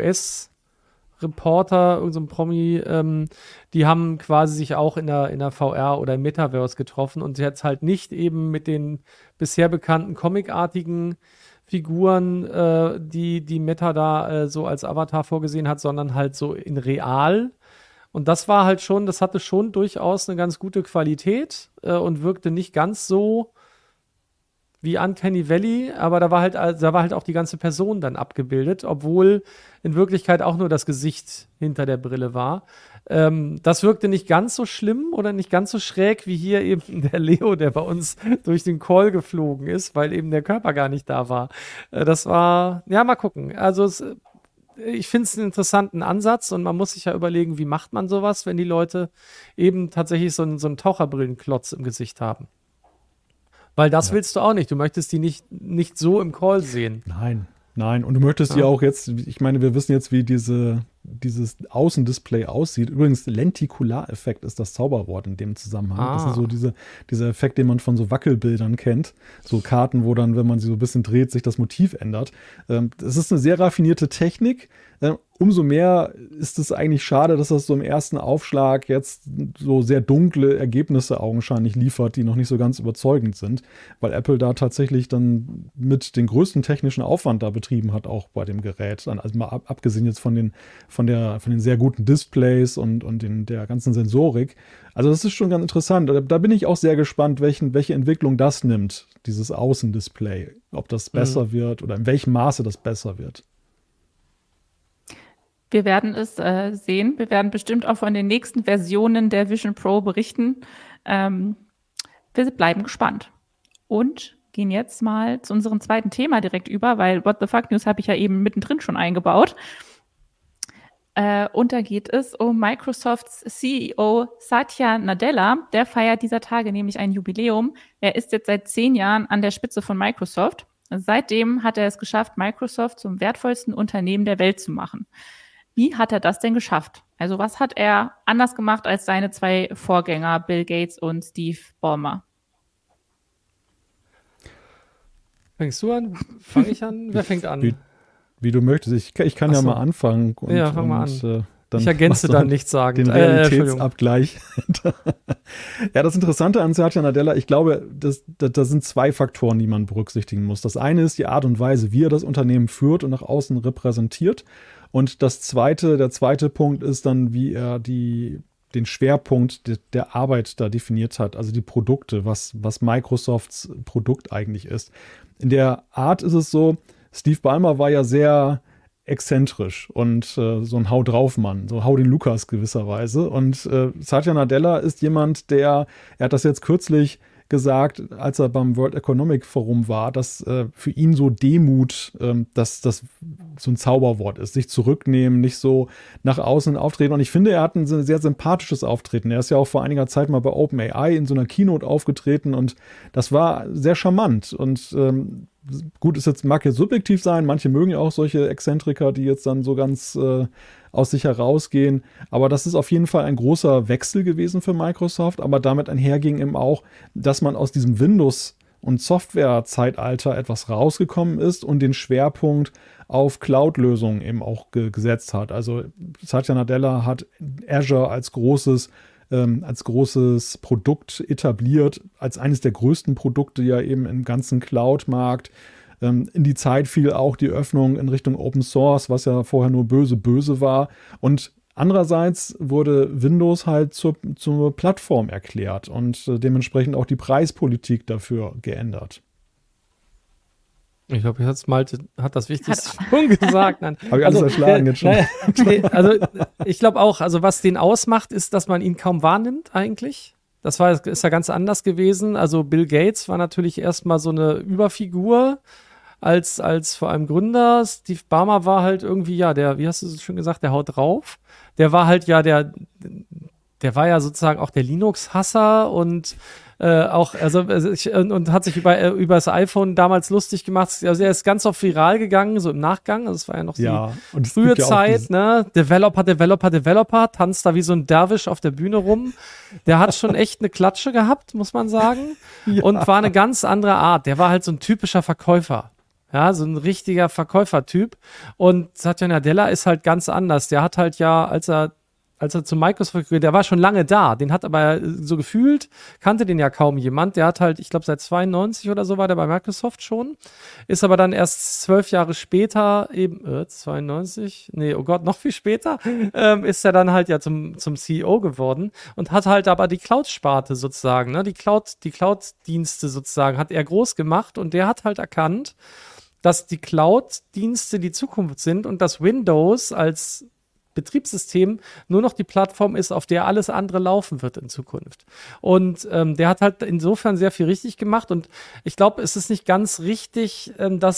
US-Reporter, irgendeinem Promi, die haben quasi sich auch in der VR oder im Metaverse getroffen und jetzt halt nicht eben mit den bisher bekannten comicartigen Figuren, die Meta da so als Avatar vorgesehen hat, sondern halt so in real. Und das hatte schon durchaus eine ganz gute Qualität und wirkte nicht ganz so wie Uncanny Valley, aber da war halt auch die ganze Person dann abgebildet, obwohl in Wirklichkeit auch nur das Gesicht hinter der Brille war. Das wirkte nicht ganz so schlimm oder nicht ganz so schräg wie hier eben der Leo, der bei uns durch den Call geflogen ist, weil eben der Körper gar nicht da war. Das war, ja, mal gucken. Also ich finde es einen interessanten Ansatz und man muss sich ja überlegen, wie macht man sowas, wenn die Leute eben tatsächlich so einen Taucherbrillenklotz im Gesicht haben. Weil das willst du auch nicht. Du möchtest die nicht so im Call sehen. Nein. Und du möchtest die auch jetzt, ich meine, wir wissen jetzt, wie dieses Außendisplay aussieht. Übrigens, Lentikulareffekt ist das Zauberwort in dem Zusammenhang. Das ist so dieser Effekt, den man von so Wackelbildern kennt. So Karten, wo dann, wenn man sie so ein bisschen dreht, sich das Motiv ändert. Das ist eine sehr raffinierte Technik. Umso mehr ist es eigentlich schade, dass das so im ersten Aufschlag jetzt so sehr dunkle Ergebnisse augenscheinlich liefert, die noch nicht so ganz überzeugend sind, weil Apple da tatsächlich dann mit den größten technischen Aufwand da betrieben hat, auch bei dem Gerät. Also mal abgesehen jetzt von den sehr guten Displays und der ganzen Sensorik. Also das ist schon ganz interessant. Da bin ich auch sehr gespannt, welche Entwicklung das nimmt, dieses Außendisplay. Ob das besser wird oder in welchem Maße das besser wird. Wir werden es sehen. Wir werden bestimmt auch von den nächsten Versionen der Vision Pro berichten. Wir bleiben gespannt. Und gehen jetzt mal zu unserem zweiten Thema direkt über, weil What the Fuck News habe ich ja eben mittendrin schon eingebaut. Und da geht es um Microsofts CEO Satya Nadella. Der feiert dieser Tage nämlich ein Jubiläum. Er ist jetzt seit 10 Jahren an der Spitze von Microsoft. Seitdem hat er es geschafft, Microsoft zum wertvollsten Unternehmen der Welt zu machen. Wie hat er das denn geschafft? Also was hat er anders gemacht als seine 2 Vorgänger, Bill Gates und Steve Ballmer? Fängst du an? Fange ich an? Wer fängt an? Wie du möchtest. Ich kann ja mal anfangen. Ja, fang mal an. Dann ich ergänze dann nichts sagen. Den Realitätsabgleich. Ja, das Interessante an Satya Nadella, ich glaube, da sind 2 Faktoren, die man berücksichtigen muss. Das eine ist die Art und Weise, wie er das Unternehmen führt und nach außen repräsentiert. Und der zweite Punkt ist dann, wie er den Schwerpunkt der Arbeit da definiert hat, also die Produkte, was Microsofts Produkt eigentlich ist. In der Art ist es so, Steve Ballmer war ja sehr exzentrisch und so ein Hau-drauf-Mann, so Hau den Lukas gewisserweise. Und Satya Nadella ist jemand, er hat das jetzt kürzlich gesagt, als er beim World Economic Forum war, dass für ihn so Demut, dass das so ein Zauberwort ist, sich zurücknehmen, nicht so nach außen auftreten. Und ich finde, er hat ein sehr sympathisches Auftreten. Er ist ja auch vor einiger Zeit mal bei OpenAI in so einer Keynote aufgetreten und das war sehr charmant. Und gut, mag jetzt subjektiv sein, manche mögen ja auch solche Exzentriker, die jetzt dann so ganz aus sich herausgehen, aber das ist auf jeden Fall ein großer Wechsel gewesen für Microsoft, aber damit einherging eben auch, dass man aus diesem Windows- und Software-Zeitalter etwas rausgekommen ist und den Schwerpunkt auf Cloud-Lösungen eben auch gesetzt hat. Also Satya Nadella hat Azure als großes Produkt etabliert, als eines der größten Produkte ja eben im ganzen Cloud-Markt. In die Zeit fiel auch die Öffnung in Richtung Open Source, was ja vorher nur böse war. Und andererseits wurde Windows halt zur Plattform erklärt und dementsprechend auch die Preispolitik dafür geändert. Ich glaube, jetzt Malte hat das Wichtigste schon gesagt. Habe ich alles erschlagen jetzt schon. Also ich glaube auch, also was den ausmacht, ist, dass man ihn kaum wahrnimmt eigentlich. Das ist ja ganz anders gewesen. Also Bill Gates war natürlich erstmal so eine Überfigur als vor allem Gründer. Steve Ballmer war halt irgendwie, ja, wie hast du so schön gesagt, der haut drauf. Der war halt ja der war ja sozusagen auch der Linux-Hasser und und hat sich über das iPhone damals lustig gemacht. Also er ist ganz oft viral gegangen, so im Nachgang. Also es war ja noch die frühe Zeit, ne? Developer, tanzt da wie so ein Derwisch auf der Bühne rum. Der hat schon echt eine Klatsche gehabt, muss man sagen. Ja. Und war eine ganz andere Art. Der war halt so ein typischer Verkäufer. Ja, so ein richtiger Verkäufertyp. Und Satya Nadella ist halt ganz anders. Der hat halt ja, als er zu Microsoft, der war schon lange da, den hat aber so gefühlt, kannte den ja kaum jemand, der hat halt, ich glaube seit 92 oder so war der bei Microsoft schon, ist aber dann erst 12 Jahre später eben, 92, nee, oh Gott, noch viel später, ist er dann halt ja zum CEO geworden und hat halt aber die Cloud-Sparte sozusagen, ne, die Cloud-Dienste sozusagen, hat er groß gemacht und der hat halt erkannt, dass die Cloud-Dienste die Zukunft sind und dass Windows als Betriebssystem nur noch die Plattform ist, auf der alles andere laufen wird in Zukunft. Und der hat halt insofern sehr viel richtig gemacht und ich glaube, es ist nicht ganz richtig,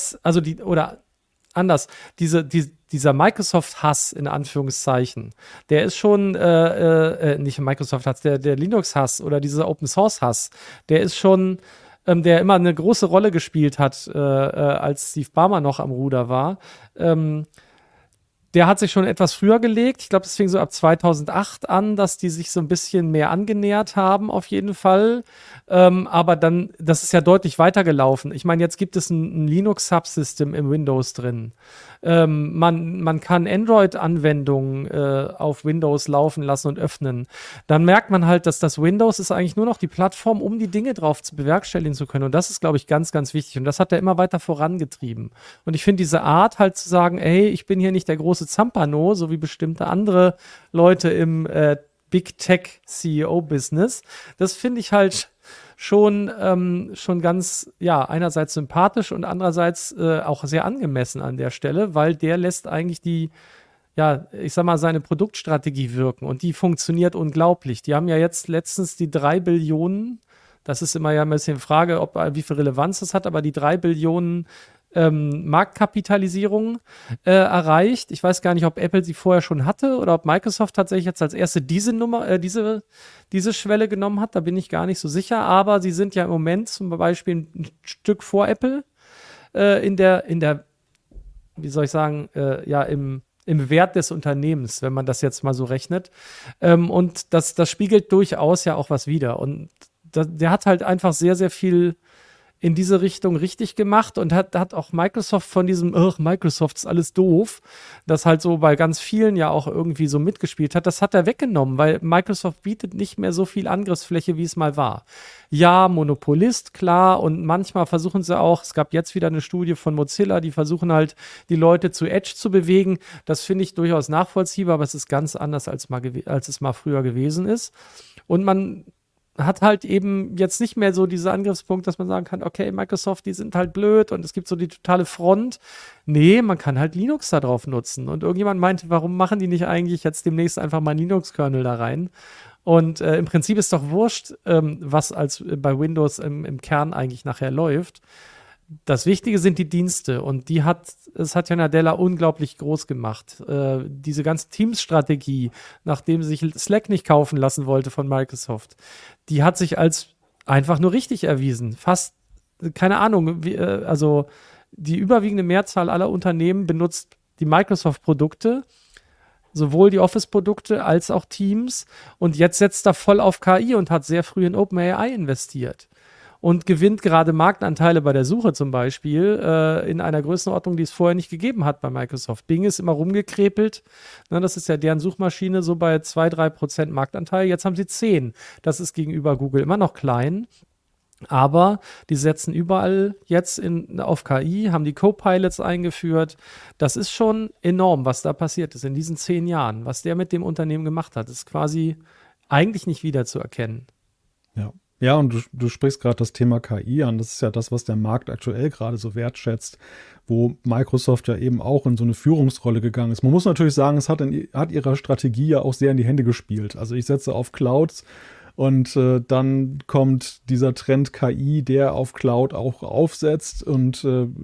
dieser Microsoft-Hass in Anführungszeichen, der ist schon nicht Microsoft-Hass, der Linux-Hass oder dieser Open-Source-Hass, der ist schon der immer eine große Rolle gespielt hat, als Steve Ballmer noch am Ruder war. Der hat sich schon etwas früher gelegt. Ich glaube, es fing so ab 2008 an, dass die sich so ein bisschen mehr angenähert haben, auf jeden Fall. Aber dann, das ist ja deutlich weitergelaufen. Ich meine, jetzt gibt es ein Linux-Subsystem im Windows drin. Man kann Android-Anwendungen auf Windows laufen lassen und öffnen. Dann merkt man halt, dass das Windows ist eigentlich nur noch die Plattform, um die Dinge drauf zu bewerkstelligen zu können. Und das ist, glaube ich, ganz, ganz wichtig. Und das hat er immer weiter vorangetrieben. Und ich finde diese Art halt zu sagen, ey, ich bin hier nicht der große Zampano, so wie bestimmte andere Leute im Big Tech CEO-Business, das finde ich halt schon ganz, ja, einerseits sympathisch und andererseits auch sehr angemessen an der Stelle, weil der lässt eigentlich ich sag mal, seine Produktstrategie wirken. Und die funktioniert unglaublich. Die haben ja jetzt letztens die 3 Billionen, das ist immer ja ein bisschen Frage, wie viel Relevanz das hat, aber die 3 Billionen Marktkapitalisierung erreicht. Ich weiß gar nicht, ob Apple sie vorher schon hatte oder ob Microsoft tatsächlich jetzt als erste diese Schwelle genommen hat. Da bin ich gar nicht so sicher. Aber sie sind ja im Moment zum Beispiel ein Stück vor Apple in der, wie soll ich sagen, im Wert des Unternehmens, wenn man das jetzt mal so rechnet. Und das spiegelt durchaus ja auch was wider. Und der hat halt einfach sehr, sehr viel in diese Richtung richtig gemacht und hat auch Microsoft von diesem, Microsoft ist alles doof, das halt so bei ganz vielen ja auch irgendwie so mitgespielt hat, das hat er weggenommen, weil Microsoft bietet nicht mehr so viel Angriffsfläche, wie es mal war. Ja, Monopolist, klar, und manchmal versuchen sie auch, es gab jetzt wieder eine Studie von Mozilla, die versuchen halt, die Leute zu Edge zu bewegen. Das finde ich durchaus nachvollziehbar, aber es ist ganz anders, als es mal früher gewesen ist. Und man hat halt eben jetzt nicht mehr so diese Angriffspunkt, dass man sagen kann, okay, Microsoft, die sind halt blöd und es gibt so die totale Front. Nee, man kann halt Linux da drauf nutzen. Und irgendjemand meinte, warum machen die nicht eigentlich jetzt demnächst einfach mal einen Linux-Kernel da rein? Und im Prinzip ist doch wurscht, was als bei Windows im Kern eigentlich nachher läuft. Das Wichtige sind die Dienste und Satya Nadella unglaublich groß gemacht. Diese ganze Teams-Strategie, nachdem sich Slack nicht kaufen lassen wollte von Microsoft, die hat sich als einfach nur richtig erwiesen. Fast, keine Ahnung, also die überwiegende Mehrzahl aller Unternehmen benutzt die Microsoft-Produkte, sowohl die Office-Produkte als auch Teams, und jetzt setzt er voll auf KI und hat sehr früh in OpenAI investiert. Und gewinnt gerade Marktanteile bei der Suche zum Beispiel in einer Größenordnung, die es vorher nicht gegeben hat bei Microsoft. Bing ist immer rumgekrepelt. Das ist ja deren Suchmaschine, so bei 2-3% Marktanteil. Jetzt haben sie 10. Das ist gegenüber Google immer noch klein. Aber die setzen überall jetzt auf KI, haben die Copilots eingeführt. Das ist schon enorm, was da passiert ist in diesen 10 Jahren. Was der mit dem Unternehmen gemacht hat, ist quasi eigentlich nicht wiederzuerkennen. Ja. Ja, und du sprichst gerade das Thema KI an. Das ist ja das, was der Markt aktuell gerade so wertschätzt, wo Microsoft ja eben auch in so eine Führungsrolle gegangen ist. Man muss natürlich sagen, es hat ihrer Strategie ja auch sehr in die Hände gespielt. Also ich setze auf Clouds und dann kommt dieser Trend KI, der auf Cloud auch aufsetzt, und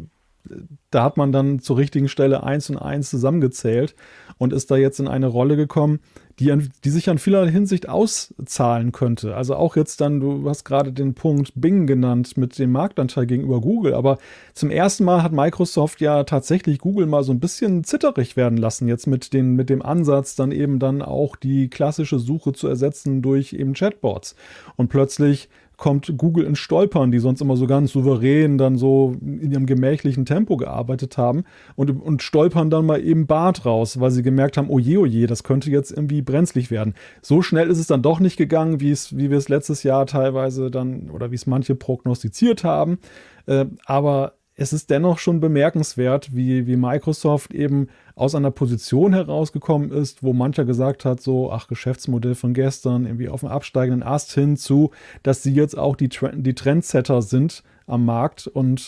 da hat man dann zur richtigen Stelle 1 und 1 zusammengezählt und ist da jetzt in eine Rolle gekommen, die sich an vieler Hinsicht auszahlen könnte. Also auch jetzt dann, du hast gerade den Punkt Bing genannt mit dem Marktanteil gegenüber Google, aber zum ersten Mal hat Microsoft ja tatsächlich Google mal so ein bisschen zitterig werden lassen, jetzt mit dem Ansatz, dann auch die klassische Suche zu ersetzen durch eben Chatbots. Und plötzlich kommt Google ins Stolpern, die sonst immer so ganz souverän dann so in ihrem gemächlichen Tempo gearbeitet haben, und stolpern dann mal eben Bart raus, weil sie gemerkt haben, oje, das könnte jetzt irgendwie brenzlig werden. So schnell ist es dann doch nicht gegangen, wie wir es letztes Jahr teilweise dann, oder wie es manche prognostiziert haben. Aber es ist dennoch schon bemerkenswert, wie Microsoft eben aus einer Position herausgekommen ist, wo mancher gesagt hat, so, Geschäftsmodell von gestern, irgendwie auf dem absteigenden Ast, hin zu, dass sie jetzt auch die Trendsetter sind am Markt und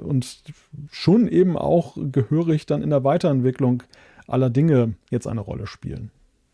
schon eben auch gehörig dann in der Weiterentwicklung aller Dinge jetzt eine Rolle spielen.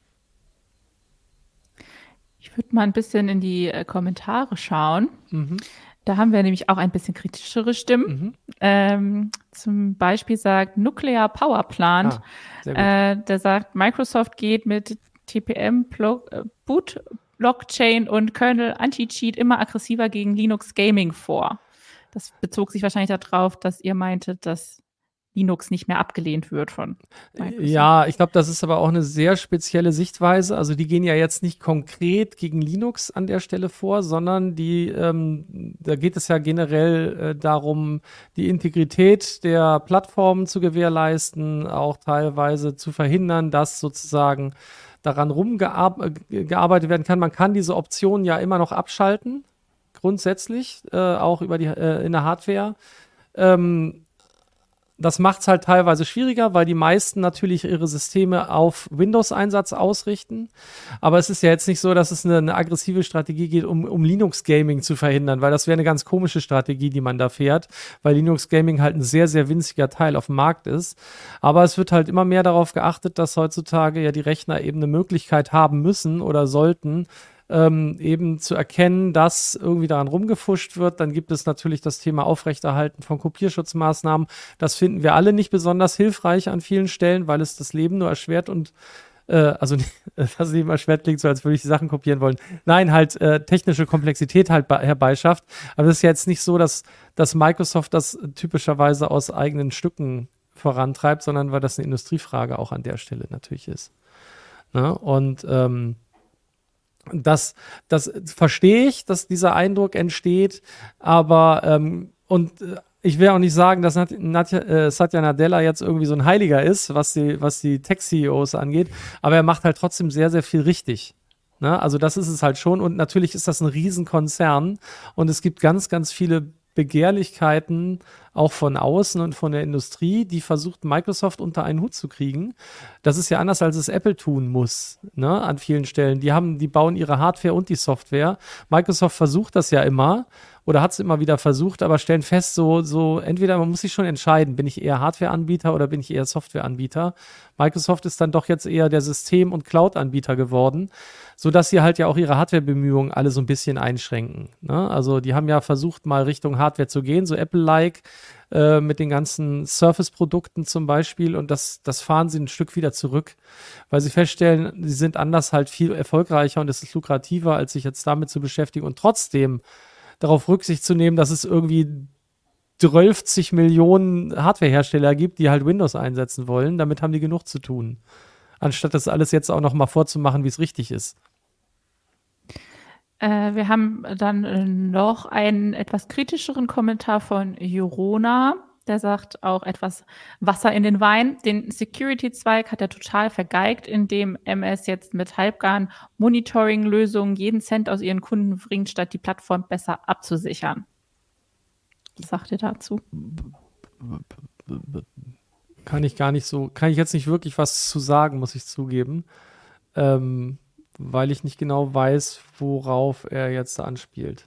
Ich würde mal ein bisschen in die Kommentare schauen. Mhm. Da haben wir nämlich auch ein bisschen kritischere Stimmen. Zum Beispiel sagt Nuclear Power Plant, der sagt, Microsoft geht mit TPM, Boot, Blockchain und Kernel Anti-Cheat immer aggressiver gegen Linux Gaming vor. Das bezog sich wahrscheinlich darauf, dass ihr meintet, dass Linux nicht mehr abgelehnt wird von Microsoft. Ja, ich glaube, das ist aber auch eine sehr spezielle Sichtweise. Also die gehen ja jetzt nicht konkret gegen Linux an der Stelle vor, sondern da geht es ja generell darum, die Integrität der Plattformen zu gewährleisten, auch teilweise zu verhindern, dass sozusagen daran rumgearbeitet werden kann. Man kann diese Optionen ja immer noch abschalten, grundsätzlich, auch über in der Hardware. Das macht es halt teilweise schwieriger, weil die meisten natürlich ihre Systeme auf Windows-Einsatz ausrichten. Aber es ist ja jetzt nicht so, dass es eine aggressive Strategie geht, um Linux-Gaming zu verhindern, weil das wäre eine ganz komische Strategie, die man da fährt, weil Linux-Gaming halt ein sehr, sehr winziger Teil auf dem Markt ist. Aber es wird halt immer mehr darauf geachtet, dass heutzutage ja die Rechner eben eine Möglichkeit haben müssen oder sollten, eben zu erkennen, dass irgendwie daran rumgefuscht wird. Dann gibt es natürlich das Thema Aufrechterhalten von Kopierschutzmaßnahmen. Das finden wir alle nicht besonders hilfreich an vielen Stellen, weil es das Leben nur erschwert und also das Leben erschwert klingt so, als würde ich die Sachen kopieren wollen. Nein, halt technische Komplexität halt herbeischafft. Aber es ist ja jetzt nicht so, dass Microsoft das typischerweise aus eigenen Stücken vorantreibt, sondern weil das eine Industriefrage auch an der Stelle natürlich ist. Ne? Und das verstehe ich, dass dieser Eindruck entsteht, aber ich will auch nicht sagen, dass Satya Nadella jetzt irgendwie so ein Heiliger ist, was die Tech-CEOs angeht, aber er macht halt trotzdem sehr, sehr viel richtig. Ne? Also das ist es halt schon und natürlich ist das ein Riesenkonzern und es gibt ganz, ganz viele Begehrlichkeiten auch von außen und von der Industrie, die versucht, Microsoft unter einen Hut zu kriegen. Das ist ja anders, als es Apple tun muss, ne, an vielen Stellen. Die bauen ihre Hardware und die Software. Microsoft versucht das ja immer oder hat es immer wieder versucht, aber stellen fest, so entweder man muss sich schon entscheiden, bin ich eher Hardware-Anbieter oder bin ich eher Software-Anbieter. Microsoft ist dann doch jetzt eher der System- und Cloud-Anbieter geworden, sodass sie halt ja auch ihre Hardware-Bemühungen alle so ein bisschen einschränken. Ne? Also die haben ja versucht, mal Richtung Hardware zu gehen, so Apple-like, mit den ganzen Surface-Produkten zum Beispiel und das fahren sie ein Stück wieder zurück, weil sie feststellen, sie sind anders halt viel erfolgreicher und es ist lukrativer, als sich jetzt damit zu beschäftigen und trotzdem darauf Rücksicht zu nehmen, dass es irgendwie 12 Millionen Hardware-Hersteller gibt, die halt Windows einsetzen wollen. Damit haben die genug zu tun. Anstatt das alles jetzt auch noch mal vorzumachen, wie es richtig ist. Wir haben dann noch einen etwas kritischeren Kommentar von Jorona. Der sagt auch etwas Wasser in den Wein. Den Security-Zweig hat er total vergeigt, indem MS jetzt mit halbgaren Monitoring-Lösungen jeden Cent aus ihren Kunden bringt, statt die Plattform besser abzusichern. Was sagt ihr dazu? Kann ich jetzt nicht wirklich was zu sagen, muss ich zugeben. Weil ich nicht genau weiß, worauf er jetzt anspielt.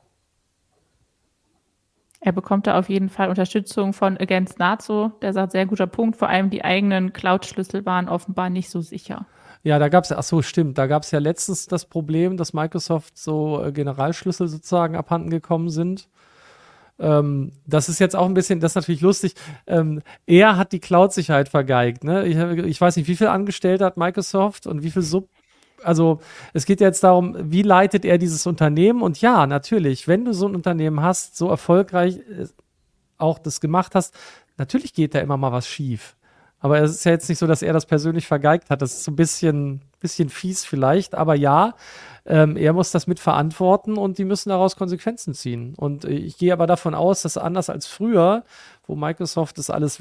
Er bekommt da auf jeden Fall Unterstützung von Against NATO. Der sagt, sehr guter Punkt. Vor allem die eigenen Cloud-Schlüssel waren offenbar nicht so sicher. Ja, da gab es ja letztens das Problem, dass Microsoft so Generalschlüssel sozusagen abhanden gekommen sind. Das ist jetzt auch ein bisschen, das ist natürlich lustig. Er hat die Cloud-Sicherheit vergeigt. Ne? Ich weiß nicht, wie viel Angestellte hat Microsoft und wie viel also es geht jetzt darum, wie leitet er dieses Unternehmen? Und ja, natürlich, wenn du so ein Unternehmen hast, so erfolgreich auch das gemacht hast, natürlich geht da immer mal was schief. Aber es ist ja jetzt nicht so, dass er das persönlich vergeigt hat. Das ist so ein bisschen fies vielleicht. Aber ja, er muss das mitverantworten und die müssen daraus Konsequenzen ziehen. Und ich gehe aber davon aus, dass anders als früher, wo Microsoft das alles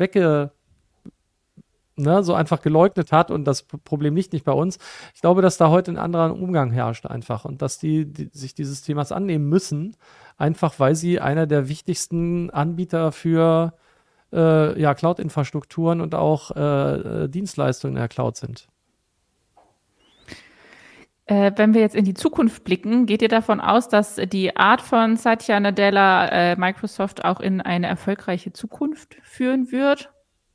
so einfach geleugnet hat und das Problem liegt nicht bei uns. Ich glaube, dass da heute ein anderer Umgang herrscht einfach und dass die sich dieses Themas annehmen müssen, einfach weil sie einer der wichtigsten Anbieter für Cloud-Infrastrukturen und auch Dienstleistungen in der Cloud sind. Wenn wir jetzt in die Zukunft blicken, geht ihr davon aus, dass die Art von Satya Nadella Microsoft auch in eine erfolgreiche Zukunft führen wird?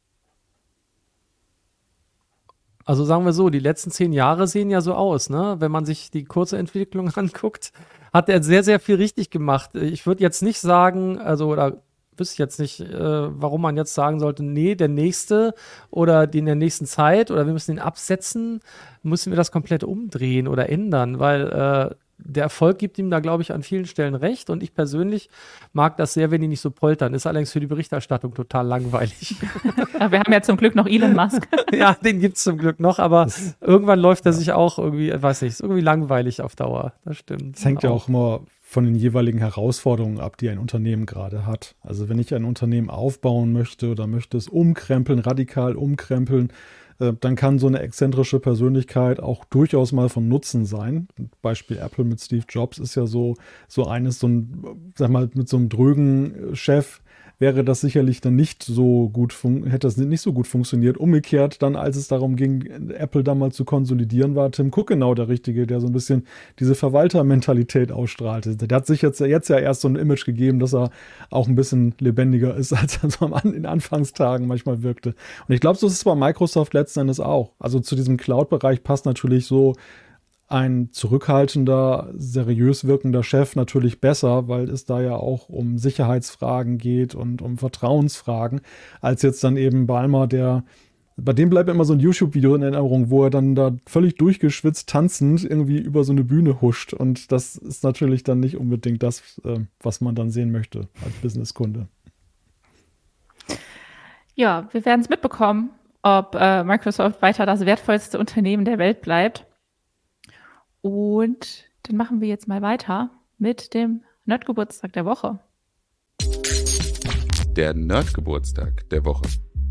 Also sagen wir so, die letzten 10 Jahre sehen ja so aus, ne? Wenn man sich die kurze Entwicklung anguckt, hat er sehr, sehr viel richtig gemacht. Ich würde jetzt nicht sagen, oder wüsste jetzt nicht, warum man jetzt sagen sollte, nee, der nächste oder in der nächsten Zeit oder wir müssen ihn absetzen, müssen wir das komplett umdrehen oder ändern, weil der Erfolg gibt ihm da, glaube ich, an vielen Stellen recht und ich persönlich mag das sehr, wenn die nicht so poltern. Ist allerdings für die Berichterstattung total langweilig. Ja, wir haben ja zum Glück noch Elon Musk. Ja, den gibt es zum Glück noch, aber irgendwann läuft er sich auch irgendwie, weiß nicht, ist irgendwie langweilig auf Dauer. Das stimmt. Das hängt ja auch immer von den jeweiligen Herausforderungen ab, die ein Unternehmen gerade hat. Also wenn ich ein Unternehmen aufbauen möchte oder möchte es umkrempeln, radikal umkrempeln, dann kann so eine exzentrische Persönlichkeit auch durchaus mal von Nutzen sein. Beispiel Apple mit Steve Jobs ist ja so mit so einem drögen Chef wäre das sicherlich dann nicht so gut, hätte das nicht so gut funktioniert. Umgekehrt dann, als es darum ging, Apple da mal zu konsolidieren, war Tim Cook genau der Richtige, der so ein bisschen diese Verwaltermentalität ausstrahlte. Der hat sich jetzt ja erst so ein Image gegeben, dass er auch ein bisschen lebendiger ist, als er so in Anfangstagen manchmal wirkte. Und ich glaube, so ist es bei Microsoft letzten Endes auch. Also zu diesem Cloud-Bereich passt natürlich so ein zurückhaltender, seriös wirkender Chef natürlich besser, weil es da ja auch um Sicherheitsfragen geht und um Vertrauensfragen, als jetzt dann eben Ballmer, bei dem bleibt immer so ein YouTube-Video in Erinnerung, wo er dann da völlig durchgeschwitzt, tanzend irgendwie über so eine Bühne huscht. Und das ist natürlich dann nicht unbedingt das, was man dann sehen möchte als Businesskunde. Ja, wir werden es mitbekommen, ob Microsoft weiter das wertvollste Unternehmen der Welt bleibt. Und dann machen wir jetzt mal weiter mit dem Nerdgeburtstag der Woche. Der Nerdgeburtstag der Woche.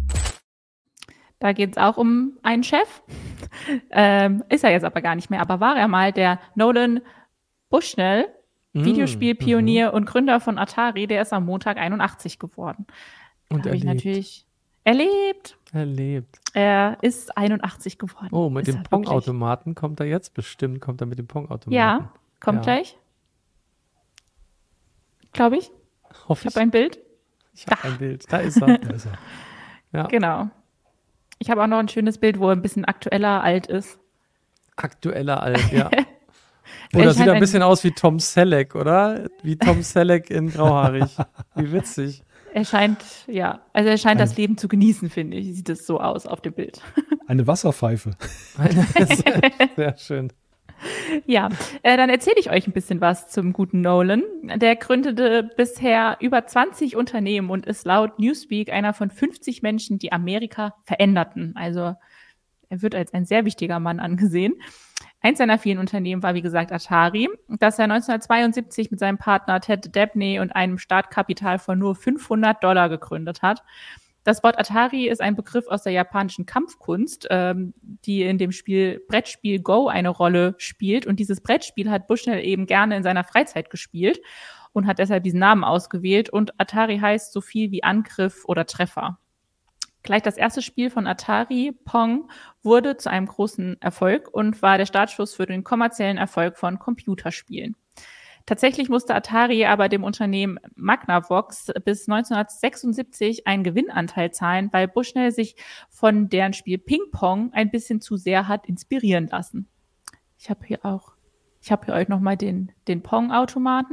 Da geht es auch um einen Chef. Ist er jetzt aber gar nicht mehr, aber war er mal der Nolan Bushnell, Videospielpionier und Gründer von Atari, der ist am Montag 81 geworden. Und habe ich natürlich erlebt. Er ist 81 geworden. Oh, mit ist dem Pong-Automaten kommt er jetzt bestimmt. Kommt er mit dem Pong-Automaten? Ja, kommt gleich. Glaube ich. Hoffe ich. Habe ein Bild. Ich habe ein Bild. Da ist er. Ja. Genau. Ich habe auch noch ein schönes Bild, wo er ein bisschen aktueller alt ist. Aktueller alt, ja. Oh, das sieht ein bisschen aus wie Tom Selleck, oder? Wie Tom Selleck in grauhaarig. Wie witzig. Er scheint das Leben zu genießen, finde ich. Sieht es so aus auf dem Bild. Eine Wasserpfeife. Sehr schön. Ja, dann erzähle ich euch ein bisschen was zum guten Nolan. Der gründete bisher über 20 Unternehmen und ist laut Newsweek einer von 50 Menschen, die Amerika veränderten. Also er wird als ein sehr wichtiger Mann angesehen. Eins seiner vielen Unternehmen war, wie gesagt, Atari, das er 1972 mit seinem Partner Ted Dabney und einem Startkapital von nur $500 gegründet hat. Das Wort Atari ist ein Begriff aus der japanischen Kampfkunst, die in dem Brettspiel Go eine Rolle spielt. Und dieses Brettspiel hat Bushnell eben gerne in seiner Freizeit gespielt und hat deshalb diesen Namen ausgewählt. Und Atari heißt so viel wie Angriff oder Treffer. Gleich das erste Spiel von Atari, Pong, wurde zu einem großen Erfolg und war der Startschuss für den kommerziellen Erfolg von Computerspielen. Tatsächlich musste Atari aber dem Unternehmen Magnavox bis 1976 einen Gewinnanteil zahlen, weil Bushnell sich von deren Spiel Ping Pong ein bisschen zu sehr hat inspirieren lassen. Ich habe hier euch nochmal den Pong-Automaten.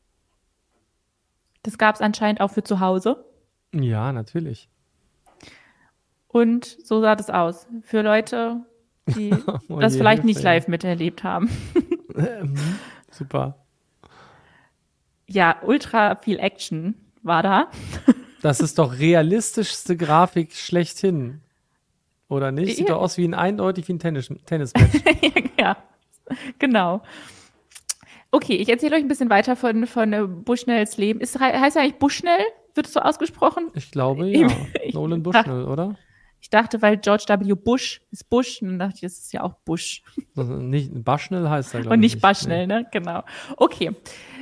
Das gab es anscheinend auch für zu Hause. Ja, natürlich. Und so sah das aus. Für Leute, die das vielleicht nicht live miterlebt haben. Super. Ja, ultra viel Action war da. Das ist doch realistischste Grafik schlechthin. Oder nicht? Sieht doch aus eindeutig wie ein Tennismatch. Ja, genau. Okay, ich erzähle euch ein bisschen weiter von Bushnells Leben. Heißt er eigentlich Bushnell? Wird es so ausgesprochen? Ich glaube, ja. Nolan Bushnell, oder? Ich dachte, weil George W. Bush ist Bush, und dann dachte ich, das ist ja auch Bush. Also nicht Bushnell heißt er, glaube ich. Und nicht Bushnell, ne? Genau. Okay.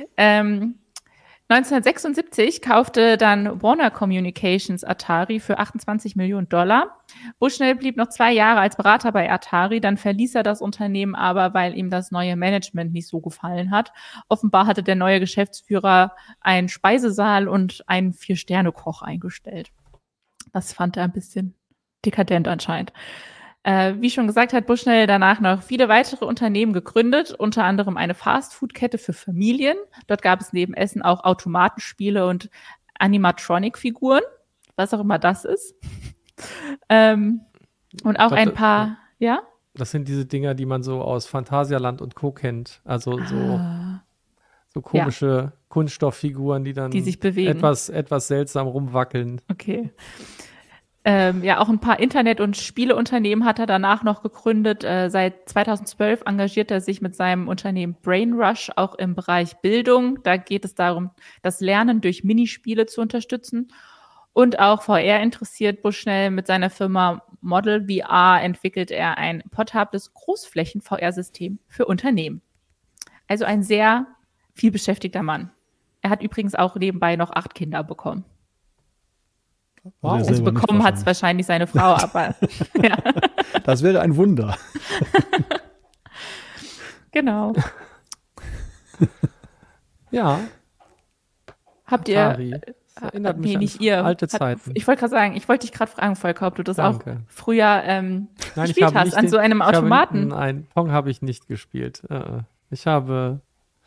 1976 kaufte dann Warner Communications Atari für $28 Millionen. Bushnell blieb noch 2 Jahre als Berater bei Atari, dann verließ er das Unternehmen aber, weil ihm das neue Management nicht so gefallen hat. Offenbar hatte der neue Geschäftsführer einen Speisesaal und einen 4-Sterne-Koch eingestellt. Das fand er ein bisschen dekadent anscheinend. Wie schon gesagt, hat Bushnell danach noch viele weitere Unternehmen gegründet, unter anderem eine Fastfood-Kette für Familien. Dort gab es neben Essen auch Automatenspiele und Animatronic-Figuren, was auch immer das ist. Und auch ein paar, ja? Das sind diese Dinger, die man so aus Phantasialand und Co. kennt. Also so komische Kunststofffiguren, die sich bewegen. Etwas seltsam rumwackeln. Okay. Auch ein paar Internet- und Spieleunternehmen hat er danach noch gegründet. Seit 2012 engagiert er sich mit seinem Unternehmen Brainrush auch im Bereich Bildung. Da geht es darum, das Lernen durch Minispiele zu unterstützen. Und auch VR interessiert Bushnell. Mit seiner Firma Model VR entwickelt er ein portables Großflächen-VR-System für Unternehmen. Also ein sehr vielbeschäftigter Mann. Er hat übrigens auch nebenbei noch 8 Kinder bekommen. Wow. er Also selber nicht bekommen hat es wahrscheinlich seine Frau, aber ja, Das wäre ein Wunder. genau. Ja, Habt ihr, Atari. Das erinnert mich nee, an nicht ihr. alte Zeiten. Ich wollte gerade sagen, ich wollte dich gerade fragen, Volker, ob du das auch Danke. früher Nein, gespielt hast, an so einem Automaten. Nein, Pong habe ich nicht gespielt. Ich habe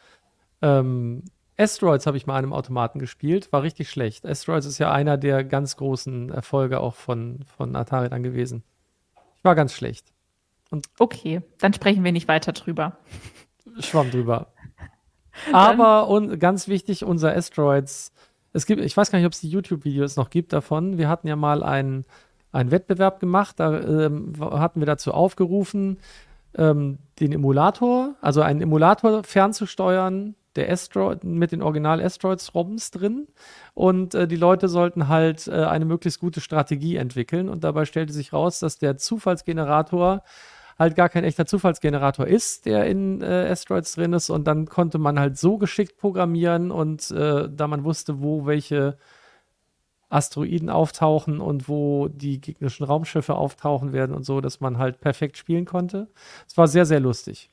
Asteroids habe ich mal an einem Automaten gespielt, war richtig schlecht. Asteroids ist ja einer der ganz großen Erfolge auch von Atari dann gewesen. Ich war ganz schlecht. Okay, dann sprechen wir nicht weiter drüber. Schwamm drüber. Aber und ganz wichtig, unser Asteroids, ich weiß gar nicht, ob es die YouTube-Videos noch gibt davon. Wir hatten ja mal einen Wettbewerb gemacht, da hatten wir dazu aufgerufen, den Emulator, also einen Emulator fernzusteuern, der Asteroid mit den Original Asteroids ROMs drin, und die Leute sollten halt eine möglichst gute Strategie entwickeln, und dabei stellte sich raus, dass der Zufallsgenerator halt gar kein echter Zufallsgenerator ist, der in Asteroids drin ist, und dann konnte man halt so geschickt programmieren, und da man wusste, wo welche Asteroiden auftauchen und wo die gegnerischen Raumschiffe auftauchen werden und so, dass man halt perfekt spielen konnte. Es war sehr, sehr lustig.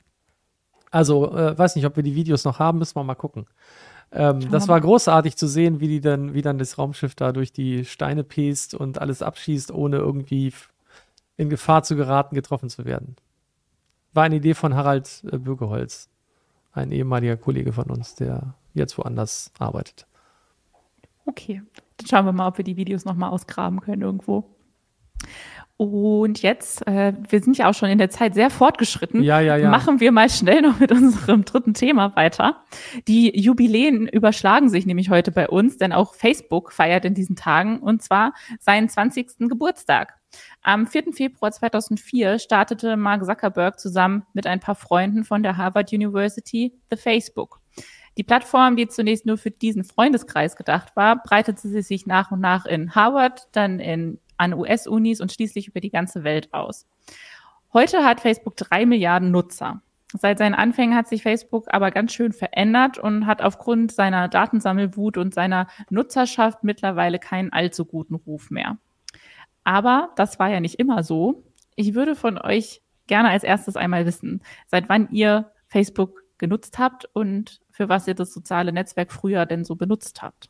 Also, weiß nicht, ob wir die Videos noch haben, müssen wir mal gucken. Das war großartig zu sehen, wie dann das Raumschiff da durch die Steine pest und alles abschießt, ohne irgendwie in Gefahr zu geraten, getroffen zu werden. War eine Idee von Harald Bürgeholz, ein ehemaliger Kollege von uns, der jetzt woanders arbeitet. Okay, dann schauen wir mal, ob wir die Videos nochmal ausgraben können irgendwo. Und jetzt, wir sind ja auch schon in der Zeit sehr fortgeschritten, Ja. machen wir mal schnell noch mit unserem dritten Thema weiter. Die Jubiläen überschlagen sich nämlich heute bei uns, denn auch Facebook feiert in diesen Tagen, und zwar seinen 20. Geburtstag. Am 4. Februar 2004 startete Mark Zuckerberg zusammen mit ein paar Freunden von der Harvard University The Facebook. Die Plattform, die zunächst nur für diesen Freundeskreis gedacht war, breitete sie sich nach und nach in Harvard, dann an US-Unis und schließlich über die ganze Welt aus. Heute hat Facebook 3 Milliarden Nutzer. Seit seinen Anfängen hat sich Facebook aber ganz schön verändert und hat aufgrund seiner Datensammelwut und seiner Nutzerschaft mittlerweile keinen allzu guten Ruf mehr. Aber das war ja nicht immer so. Ich würde von euch gerne als erstes einmal wissen, seit wann ihr Facebook genutzt habt und für was ihr das soziale Netzwerk früher denn so benutzt habt.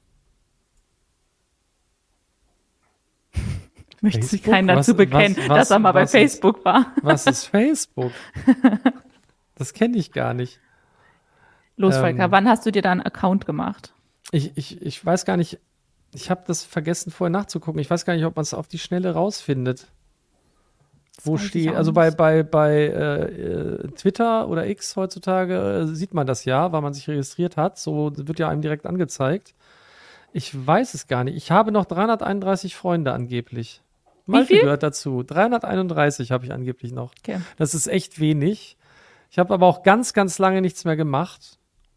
Möchte sich keiner dazu bekennen, dass er mal bei Facebook war. Was ist Facebook? Das kenne ich gar nicht. Los, Volker, wann hast du dir da einen Account gemacht? Ich weiß gar nicht, ich habe das vergessen vorher nachzugucken. Ich weiß gar nicht, ob man es auf die Schnelle rausfindet. Wo steht, also bei Twitter oder X heutzutage sieht man das ja, weil man sich registriert hat. So wird ja einem direkt angezeigt. Ich weiß es gar nicht. Ich habe noch 331 Freunde angeblich. Malte gehört dazu. 331 habe ich angeblich noch. Okay. Das ist echt wenig. Ich habe aber auch ganz, ganz lange nichts mehr gemacht.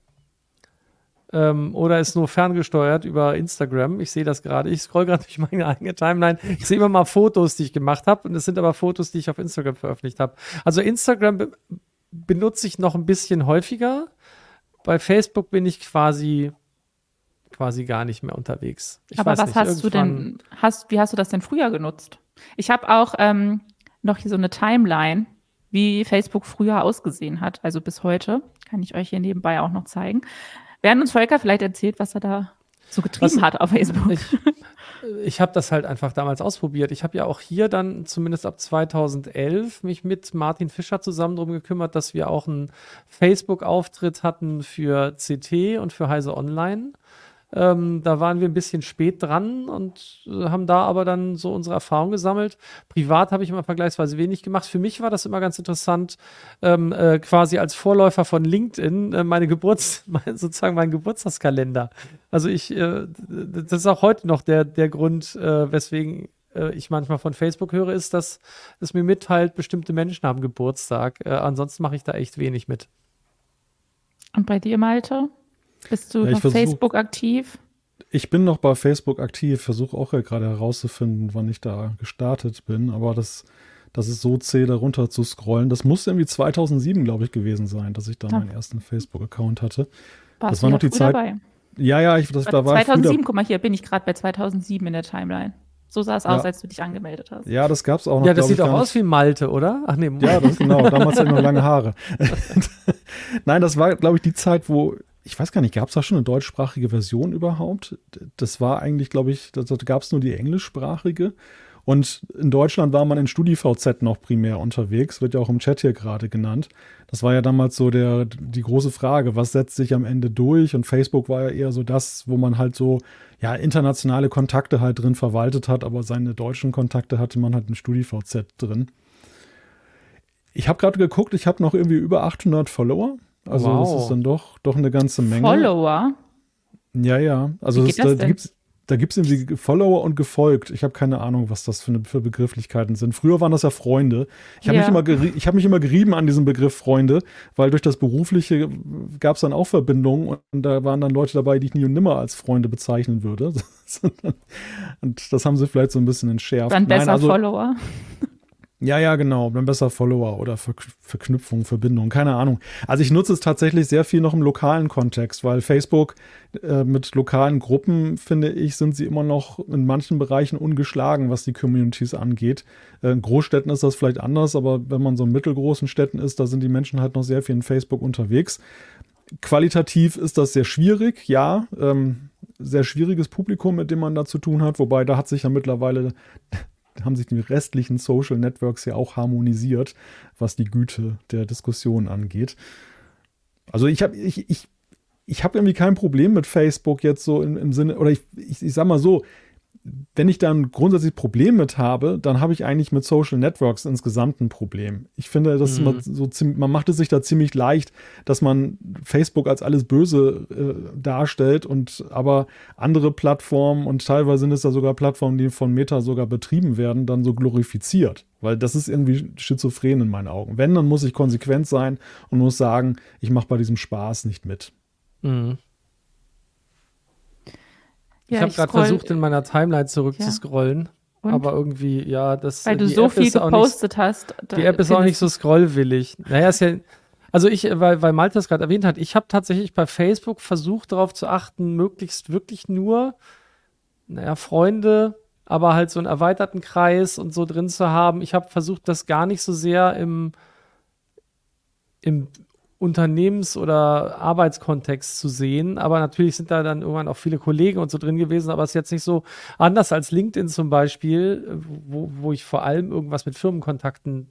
Oder ist nur ferngesteuert über Instagram. Ich sehe das gerade. Ich scroll gerade durch meine eigene Timeline. Ich sehe immer mal Fotos, die ich gemacht habe. Und es sind aber Fotos, die ich auf Instagram veröffentlicht habe. Also Instagram benutze ich noch ein bisschen häufiger. Bei Facebook bin ich quasi gar nicht mehr unterwegs. Aber was hast du denn, wie hast du das denn früher genutzt? Ich habe auch noch hier so eine Timeline, wie Facebook früher ausgesehen hat, also bis heute. Kann ich euch hier nebenbei auch noch zeigen. Während uns Volker vielleicht erzählt, was er da so getrieben hat auf Facebook. Ich habe das halt einfach damals ausprobiert. Ich habe ja auch hier dann zumindest ab 2011 mich mit Martin Fischer zusammen darum gekümmert, dass wir auch einen Facebook-Auftritt hatten für CT und für Heise Online. Da waren wir ein bisschen spät dran und haben da aber dann so unsere Erfahrung gesammelt. Privat habe ich immer vergleichsweise wenig gemacht. Für mich war das immer ganz interessant, quasi als Vorläufer von LinkedIn mein Geburtstagskalender. Also das ist auch heute noch der Grund, weswegen ich manchmal von Facebook höre, ist, dass es mir mitteilt, bestimmte Menschen haben Geburtstag. Ansonsten mache ich da echt wenig mit. Und bei dir, Malte? Bist du auf Facebook aktiv? Ich bin noch bei Facebook aktiv, versuche auch gerade herauszufinden, wann ich da gestartet bin, aber das ist so zäh, da runter zu scrollen. Das muss irgendwie 2007, glaube ich, gewesen sein, dass ich da meinen ersten Facebook-Account hatte. Das war noch die Zeit. Dabei? da war ich 2007, guck mal, hier bin ich gerade bei 2007 in der Timeline. So sah es aus, als du dich angemeldet hast. Ja, das gab's auch noch. Ja, das sieht auch aus wie Malte, oder? Ach nee, ja, das genau. Damals hatte ich noch lange Haare. Nein, das war, glaube ich, die Zeit, wo, ich weiß gar nicht, gab es da schon eine deutschsprachige Version überhaupt? Das war eigentlich, glaube ich, da gab es nur die englischsprachige. Und in Deutschland war man in StudiVZ noch primär unterwegs, wird ja auch im Chat hier gerade genannt. Das war ja damals so die große Frage, was setzt sich am Ende durch? Und Facebook war ja eher so das, wo man halt so, ja, internationale Kontakte halt drin verwaltet hat, aber seine deutschen Kontakte hatte man halt in StudiVZ drin. Ich habe gerade geguckt, ich habe noch irgendwie über 800 Follower. Also das ist dann doch eine ganze Menge. Follower? Ja. Also da gibt es irgendwie Follower und gefolgt. Ich habe keine Ahnung, was das für Begrifflichkeiten sind. Früher waren das ja Freunde. Ich habe mich immer gerieben an diesem Begriff Freunde, weil durch das Berufliche gab es dann auch Verbindungen und da waren dann Leute dabei, die ich nie und nimmer als Freunde bezeichnen würde. Und das haben sie vielleicht so ein bisschen entschärft. Dann besser Follower. Ja, genau. Dann besser Follower oder Verknüpfung, Verbindung, keine Ahnung. Also ich nutze es tatsächlich sehr viel noch im lokalen Kontext, weil Facebook mit lokalen Gruppen, finde ich, sind sie immer noch in manchen Bereichen ungeschlagen, was die Communities angeht. In Großstädten ist das vielleicht anders, aber wenn man so in mittelgroßen Städten ist, da sind die Menschen halt noch sehr viel in Facebook unterwegs. Qualitativ ist das sehr schwierig, ja. Sehr schwieriges Publikum, mit dem man da zu tun hat, wobei da hat sich ja mittlerweile haben sich die restlichen Social Networks ja auch harmonisiert, was die Güte der Diskussion angeht. Also ich habe irgendwie kein Problem mit Facebook jetzt so im Sinne, oder ich sag mal so, wenn ich da ein grundsätzliches Problem mit habe, dann habe ich eigentlich mit Social Networks insgesamt ein Problem. Ich finde, dass man macht es sich da ziemlich leicht, dass man Facebook als alles Böse darstellt und aber andere Plattformen und teilweise sind es da sogar Plattformen, die von Meta sogar betrieben werden, dann so glorifiziert. Weil das ist irgendwie schizophren in meinen Augen. Wenn, dann muss ich konsequent sein und muss sagen, ich mache bei diesem Spaß nicht mit. Mhm. Ich habe gerade versucht, in meiner Timeline zurückzuscrollen, aber irgendwie, weil du so viel gepostet hast. Die App ist auch nicht so scrollwillig. Naja, ist ja, also weil Malte das gerade erwähnt hat, ich habe tatsächlich bei Facebook versucht, darauf zu achten, möglichst wirklich nur, Freunde, aber halt so einen erweiterten Kreis und so drin zu haben. Ich habe versucht, das gar nicht so sehr im Unternehmens- oder Arbeitskontext zu sehen, aber natürlich sind da dann irgendwann auch viele Kollegen und so drin gewesen, aber es ist jetzt nicht so anders als LinkedIn zum Beispiel, wo ich vor allem irgendwas mit Firmenkontakten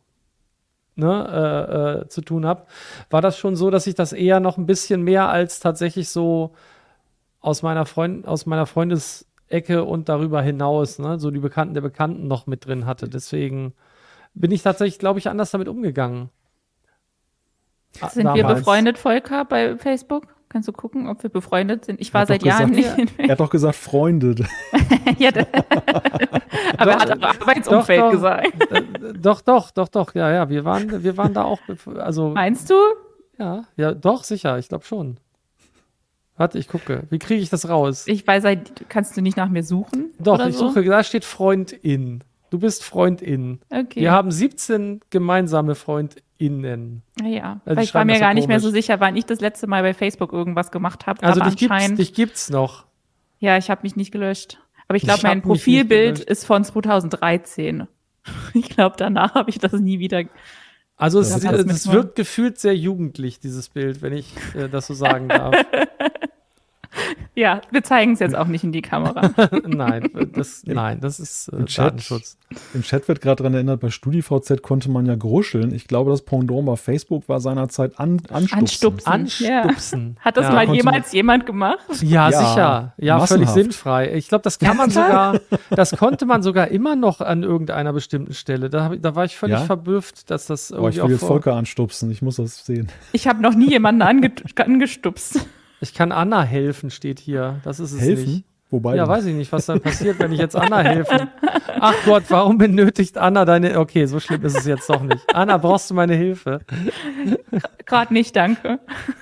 zu tun habe, war das schon so, dass ich das eher noch ein bisschen mehr als tatsächlich so aus meiner Freundesecke und darüber hinaus, so die Bekannten der Bekannten noch mit drin hatte. Deswegen bin ich tatsächlich, glaube ich, anders damit umgegangen. Sind wir befreundet, Volker, bei Facebook? Kannst du gucken, ob wir befreundet sind? Ich war seit Jahren nicht. Er hat doch gesagt, Freunde. Ja, aber er hat aber Arbeitsumfeld gesagt. Doch. Ja, wir waren da auch. Also, meinst du? Ja, doch, sicher, ich glaube schon. Warte, ich gucke. Wie kriege ich das raus? Kannst du nicht nach mir suchen? Doch, ich suche, da steht Freundin. Du bist Freundin. Okay. Wir haben 17 gemeinsame FreundInnen. Ja, also weil ich war mir gar nicht mehr so sicher, wann ich das letzte Mal bei Facebook irgendwas gemacht habe. Also dich gibt's noch. Ja, ich habe mich nicht gelöscht. Aber ich glaube, mein Profilbild ist von 2013. Ich glaube, danach habe ich das nie wieder. Also es wirkt gefühlt sehr jugendlich, dieses Bild, wenn ich das so sagen darf. Ja, wir zeigen es jetzt auch nicht in die Kamera. Nein, das ist Datenschutz. Im Chat wird gerade daran erinnert, bei StudiVZ konnte man ja gruscheln. Ich glaube, das Pendant bei Facebook war seinerzeit Anstupsen. Ja. Hat das mal jemand gemacht? Ja, sicher. Ja, völlig sinnfrei. Ich glaube, das konnte man sogar immer noch an irgendeiner bestimmten Stelle. Da war ich völlig verblüfft, dass das irgendwie ich will jetzt Volker anstupsen, ich muss das sehen. Ich habe noch nie jemanden angestupst. Ich kann Anna helfen, steht hier. Das ist es helfen? nicht. Wobei? Ja, weiß ich nicht, was dann passiert, wenn ich jetzt Anna helfe. Ach Gott, warum benötigt Anna deine... Okay, so schlimm ist es jetzt doch nicht. Anna, brauchst du meine Hilfe? Gerade nicht, danke.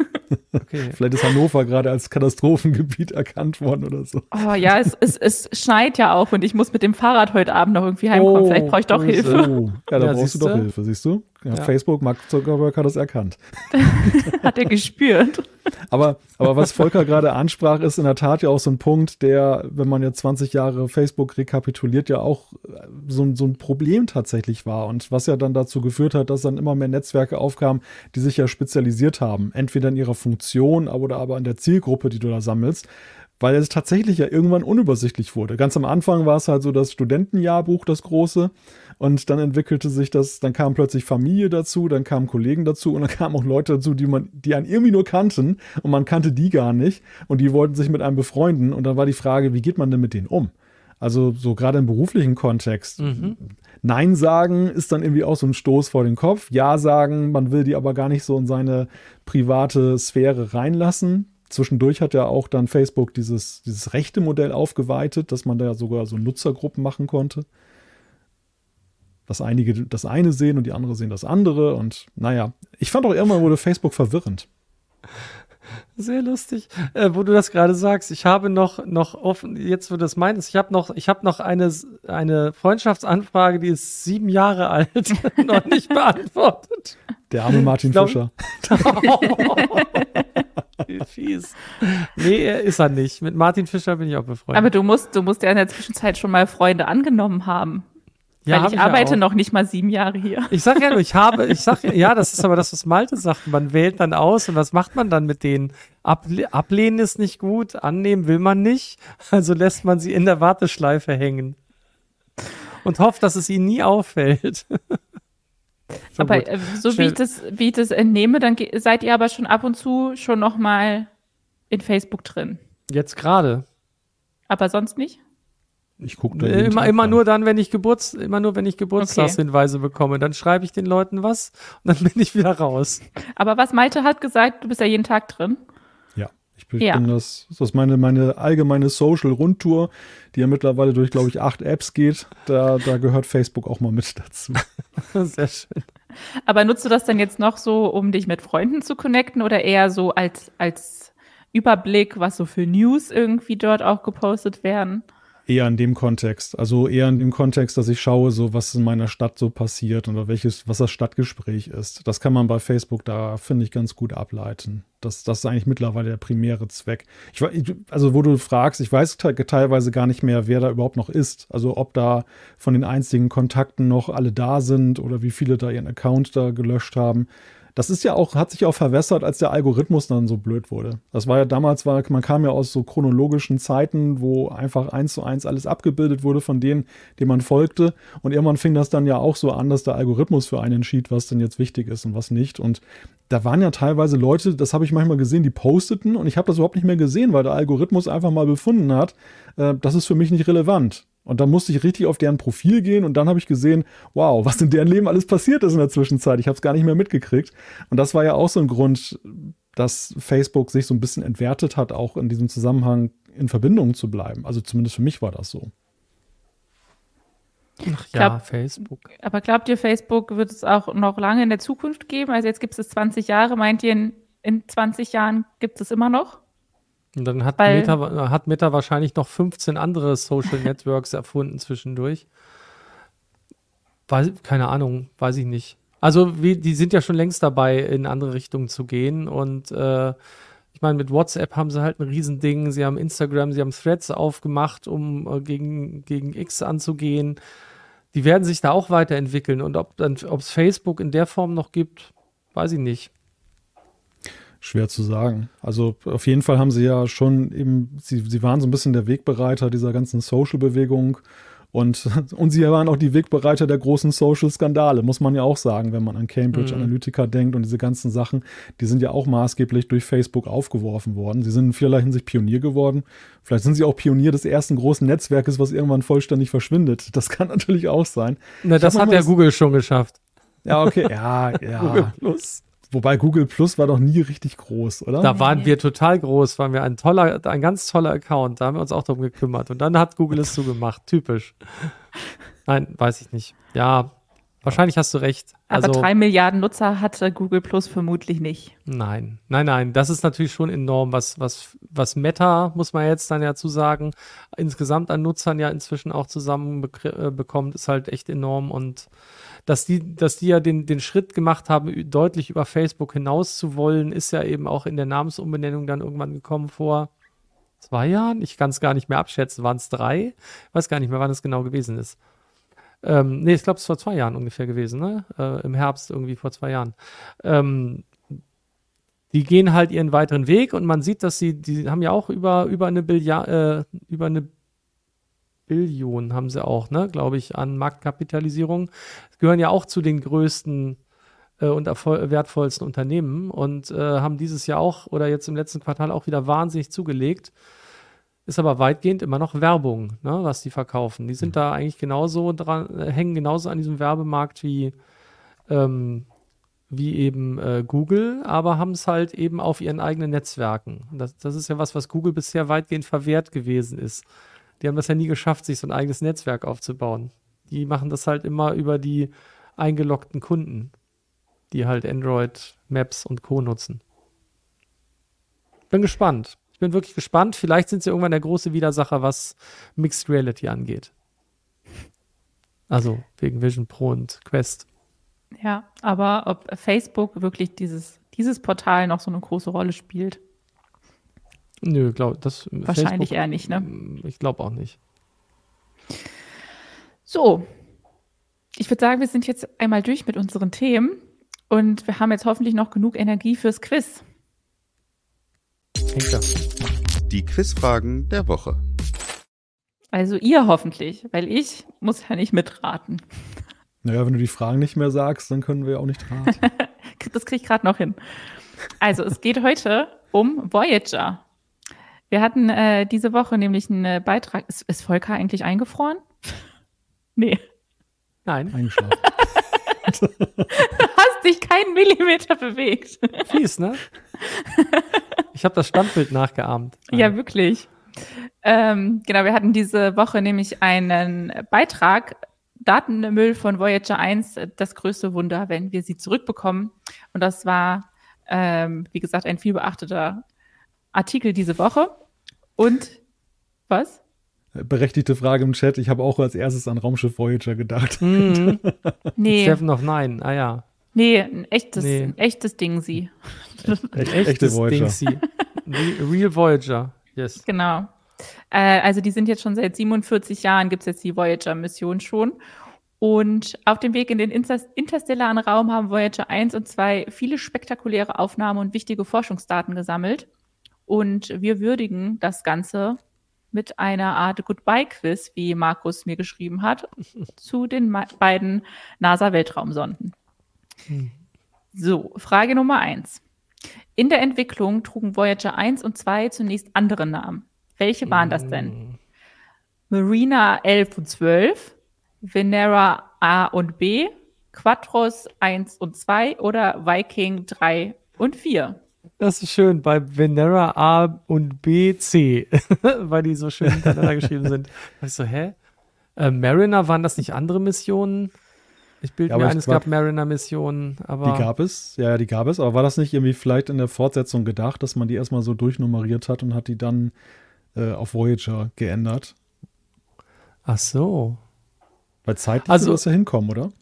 Okay. Vielleicht ist Hannover gerade als Katastrophengebiet erkannt worden oder so. Oh ja, es schneit ja auch und ich muss mit dem Fahrrad heute Abend noch irgendwie heimkommen. Vielleicht brauche ich doch Hilfe. Oh, ja, da Ja, brauchst du doch siehste? Hilfe, siehst du? Ja, Ja. Facebook, Mark Zuckerberg hat das erkannt. Hat er gespürt. Aber was Volker gerade ansprach, ist in der Tat ja auch so ein Punkt, der, wenn man jetzt 20 Jahre Facebook rekapituliert, ja auch so ein Problem tatsächlich war und was ja dann dazu geführt hat, dass dann immer mehr Netzwerke aufkamen, die sich ja spezialisiert haben. Entweder in ihrer Funktion oder aber in der Zielgruppe, die du da sammelst. Weil es tatsächlich ja irgendwann unübersichtlich wurde. Ganz am Anfang war es halt so das Studentenjahrbuch, das große. Und dann entwickelte sich das, dann kam plötzlich Familie dazu, dann kamen Kollegen dazu und dann kamen auch Leute dazu, die einen irgendwie nur kannten und man kannte die gar nicht und die wollten sich mit einem befreunden und dann war die Frage, wie geht man denn mit denen um? Also so gerade im beruflichen Kontext. Nein sagen ist dann irgendwie auch so ein Stoß vor den Kopf. Ja sagen, man will die aber gar nicht so in seine private Sphäre reinlassen. Zwischendurch hat ja auch dann Facebook dieses rechte Modell aufgeweitet, dass man da sogar so Nutzergruppen machen konnte. Dass einige das eine sehen und die andere sehen das andere. Und naja, ich fand auch irgendwann wurde Facebook verwirrend. Sehr lustig, wo du das gerade sagst. Ich habe noch offen, jetzt wo du das meinst, ich habe noch eine Freundschaftsanfrage, die ist 7 Jahre alt, noch nicht beantwortet. Der arme Martin Fischer. Wie fies. Nee, ist er nicht. Mit Martin Fischer bin ich auch befreundet. Aber du musst ja in der Zwischenzeit schon mal Freunde angenommen haben. Ja, weil ich arbeite noch nicht mal 7 Jahre hier. Ich sag ja nur, ja, das ist aber das, was Malte sagt. Man wählt dann aus und was macht man dann mit denen? Ablehnen ist nicht gut, annehmen will man nicht, also lässt man sie in der Warteschleife hängen. Und hofft, dass es ihnen nie auffällt. Aber so wie ich das entnehme, dann seid ihr aber schon ab und zu schon noch mal in Facebook drin. Jetzt gerade. Aber sonst nicht? Ich gucke da Immer nur dann, wenn ich Geburtstagshinweise bekomme. Dann schreibe ich den Leuten was und dann bin ich wieder raus. Aber was Malte hat gesagt, du bist ja jeden Tag drin. Ja, ich bin das ist meine allgemeine Social-Rundtour, die ja mittlerweile durch, glaube ich, 8 Apps geht. Da gehört Facebook auch mal mit dazu. Sehr schön. Aber nutzt du das dann jetzt noch so, um dich mit Freunden zu connecten oder eher so als Überblick, was so für News irgendwie dort auch gepostet werden? Eher in dem Kontext. Also eher in dem Kontext, dass ich schaue, so was in meiner Stadt so passiert oder was das Stadtgespräch ist. Das kann man bei Facebook da, finde ich, ganz gut ableiten. Das ist eigentlich mittlerweile der primäre Zweck. Also wo du fragst, ich weiß teilweise gar nicht mehr, wer da überhaupt noch ist. Also ob da von den einzigen Kontakten noch alle da sind oder wie viele da ihren Account da gelöscht haben. Das ist ja auch, hat sich auch verwässert, als der Algorithmus dann so blöd wurde. Das war ja damals, man kam ja aus so chronologischen Zeiten, wo einfach 1:1 alles abgebildet wurde von denen, denen man folgte. Und irgendwann fing das dann ja auch so an, dass der Algorithmus für einen entschied, was denn jetzt wichtig ist und was nicht. Und da waren ja teilweise Leute, das habe ich manchmal gesehen, die posteten und ich habe das überhaupt nicht mehr gesehen, weil der Algorithmus einfach mal befunden hat, das ist für mich nicht relevant. Und da musste ich richtig auf deren Profil gehen und dann habe ich gesehen, wow, was in deren Leben alles passiert ist in der Zwischenzeit. Ich habe es gar nicht mehr mitgekriegt. Und das war ja auch so ein Grund, dass Facebook sich so ein bisschen entwertet hat, auch in diesem Zusammenhang in Verbindung zu bleiben. Also zumindest für mich war das so. Ach ja, Facebook. Aber glaubt ihr, Facebook wird es auch noch lange in der Zukunft geben? Also jetzt gibt es 20 Jahre. Meint ihr, in 20 Jahren gibt es immer noch? Und dann hat Meta wahrscheinlich noch 15 andere Social Networks erfunden zwischendurch. Keine Ahnung, weiß ich nicht. Also die sind ja schon längst dabei, in andere Richtungen zu gehen. Und ich meine, mit WhatsApp haben sie halt ein Riesending. Sie haben Instagram, sie haben Threads aufgemacht, um gegen X anzugehen. Die werden sich da auch weiterentwickeln. Und ob es Facebook in der Form noch gibt, weiß ich nicht. Schwer zu sagen. Also auf jeden Fall haben sie ja schon eben, sie waren so ein bisschen der Wegbereiter dieser ganzen Social-Bewegung und sie waren auch die Wegbereiter der großen Social-Skandale, muss man ja auch sagen, wenn man an Cambridge Analytica denkt und diese ganzen Sachen, die sind ja auch maßgeblich durch Facebook aufgeworfen worden. Sie sind in vielerlei Hinsicht Pionier geworden. Vielleicht sind sie auch Pionier des ersten großen Netzwerkes, was irgendwann vollständig verschwindet. Das kann natürlich auch sein. Na, das hat ja Google schon geschafft. Ja, okay, ja. Google Plus. Wobei Google Plus war doch nie richtig groß, oder? Da waren wir total groß, waren wir ein ganz toller Account, da haben wir uns auch darum gekümmert und dann hat Google es zugemacht, typisch. Nein, weiß ich nicht. Ja, Wahrscheinlich hast du recht. Aber Also, 3 Milliarden Nutzer hatte Google Plus vermutlich nicht. nein. Das ist natürlich schon enorm. Was Meta, muss man jetzt dann ja zu sagen, insgesamt an Nutzern ja inzwischen auch zusammen bekommt, ist halt echt enorm. Und dass die ja den Schritt gemacht haben, deutlich über Facebook hinaus zu wollen, ist ja eben auch in der Namensumbenennung dann irgendwann gekommen vor 2 Jahren. Ich kann es gar nicht mehr abschätzen. Waren es 3? Ich weiß gar nicht mehr, wann es genau gewesen ist. Nee, ich glaube, es ist vor 2 Jahren ungefähr gewesen, ne? Im Herbst irgendwie vor 2 Jahren. Die gehen halt ihren weiteren Weg und man sieht, dass die haben ja auch über eine Billion haben sie auch, ne, glaube ich, an Marktkapitalisierung. Gehören ja auch zu den größten und wertvollsten Unternehmen und haben dieses Jahr auch oder jetzt im letzten Quartal auch wieder wahnsinnig zugelegt. Ist aber weitgehend immer noch Werbung, ne, was die verkaufen. Die sind da eigentlich genauso dran, hängen genauso an diesem Werbemarkt wie eben Google, aber haben es halt eben auf ihren eigenen Netzwerken. Das ist ja was Google bisher weitgehend verwehrt gewesen ist. Die haben das ja nie geschafft, sich so ein eigenes Netzwerk aufzubauen. Die machen das halt immer über die eingeloggten Kunden, die halt Android, Maps und Co. nutzen. Bin gespannt. Ich bin wirklich gespannt. Vielleicht sind sie irgendwann der große Widersacher, was Mixed Reality angeht. Also wegen Vision Pro und Quest. Ja, aber ob Facebook wirklich dieses Portal noch so eine große Rolle spielt? Nö, das Wahrscheinlich Facebook, eher nicht, ne? Ich glaube auch nicht. So, ich würde sagen, wir sind jetzt einmal durch mit unseren Themen und wir haben jetzt hoffentlich noch genug Energie fürs Quiz. Hängt da. Die Quizfragen der Woche. Also ihr hoffentlich, weil ich muss ja nicht mitraten. Naja, wenn du die Fragen nicht mehr sagst, dann können wir auch nicht raten. Das kriege ich gerade noch hin. Also es geht heute um Voyager. Wir hatten diese Woche nämlich einen Beitrag. Ist Volker eigentlich eingefroren? Nee. Nein. Eingeschlafen. Du hast dich keinen Millimeter bewegt. Fies, ne? Ich habe das Standbild nachgeahmt. Ja, wirklich. Genau, wir hatten diese Woche nämlich einen Beitrag, Datenmüll von Voyager 1, das größte Wunder, wenn wir sie zurückbekommen. Und das war, wie gesagt, ein viel beachteter Artikel diese Woche. Und was? Berechtigte Frage im Chat. Ich habe auch als erstes an Raumschiff Voyager gedacht. Mhm. Nee. Seven of Nine, ja. Nee, ein echtes Ding sie. Echte Voyager. Ding, Real Voyager, yes. Genau. Also die sind jetzt schon seit 47 Jahren, gibt es jetzt die Voyager-Mission schon. Und auf dem Weg in den interstellaren Raum haben Voyager 1 und 2 viele spektakuläre Aufnahmen und wichtige Forschungsdaten gesammelt. Und wir würdigen das Ganze mit einer Art Goodbye-Quiz, wie Markus mir geschrieben hat, zu den beiden NASA-Weltraumsonden. So, Frage Nummer 1. In der Entwicklung trugen Voyager 1 und 2 zunächst andere Namen. Welche waren das denn? Mariner 11 und 12, Venera A und B, Quatros 1 und 2 oder Viking 3 und 4? Das ist schön, bei Venera A und B, C, weil die so schön hintereinander geschrieben sind. Da ich so, hä? Mariner, waren das nicht andere Missionen? Ich bilde mir ein, es gab Mariner-Missionen, aber... Die gab es, ja, die gab es, aber war das nicht irgendwie vielleicht in der Fortsetzung gedacht, dass man die erstmal so durchnummeriert hat und hat die dann auf Voyager geändert? Ach so. Weil zeitlich also, das ja hinkommen, oder?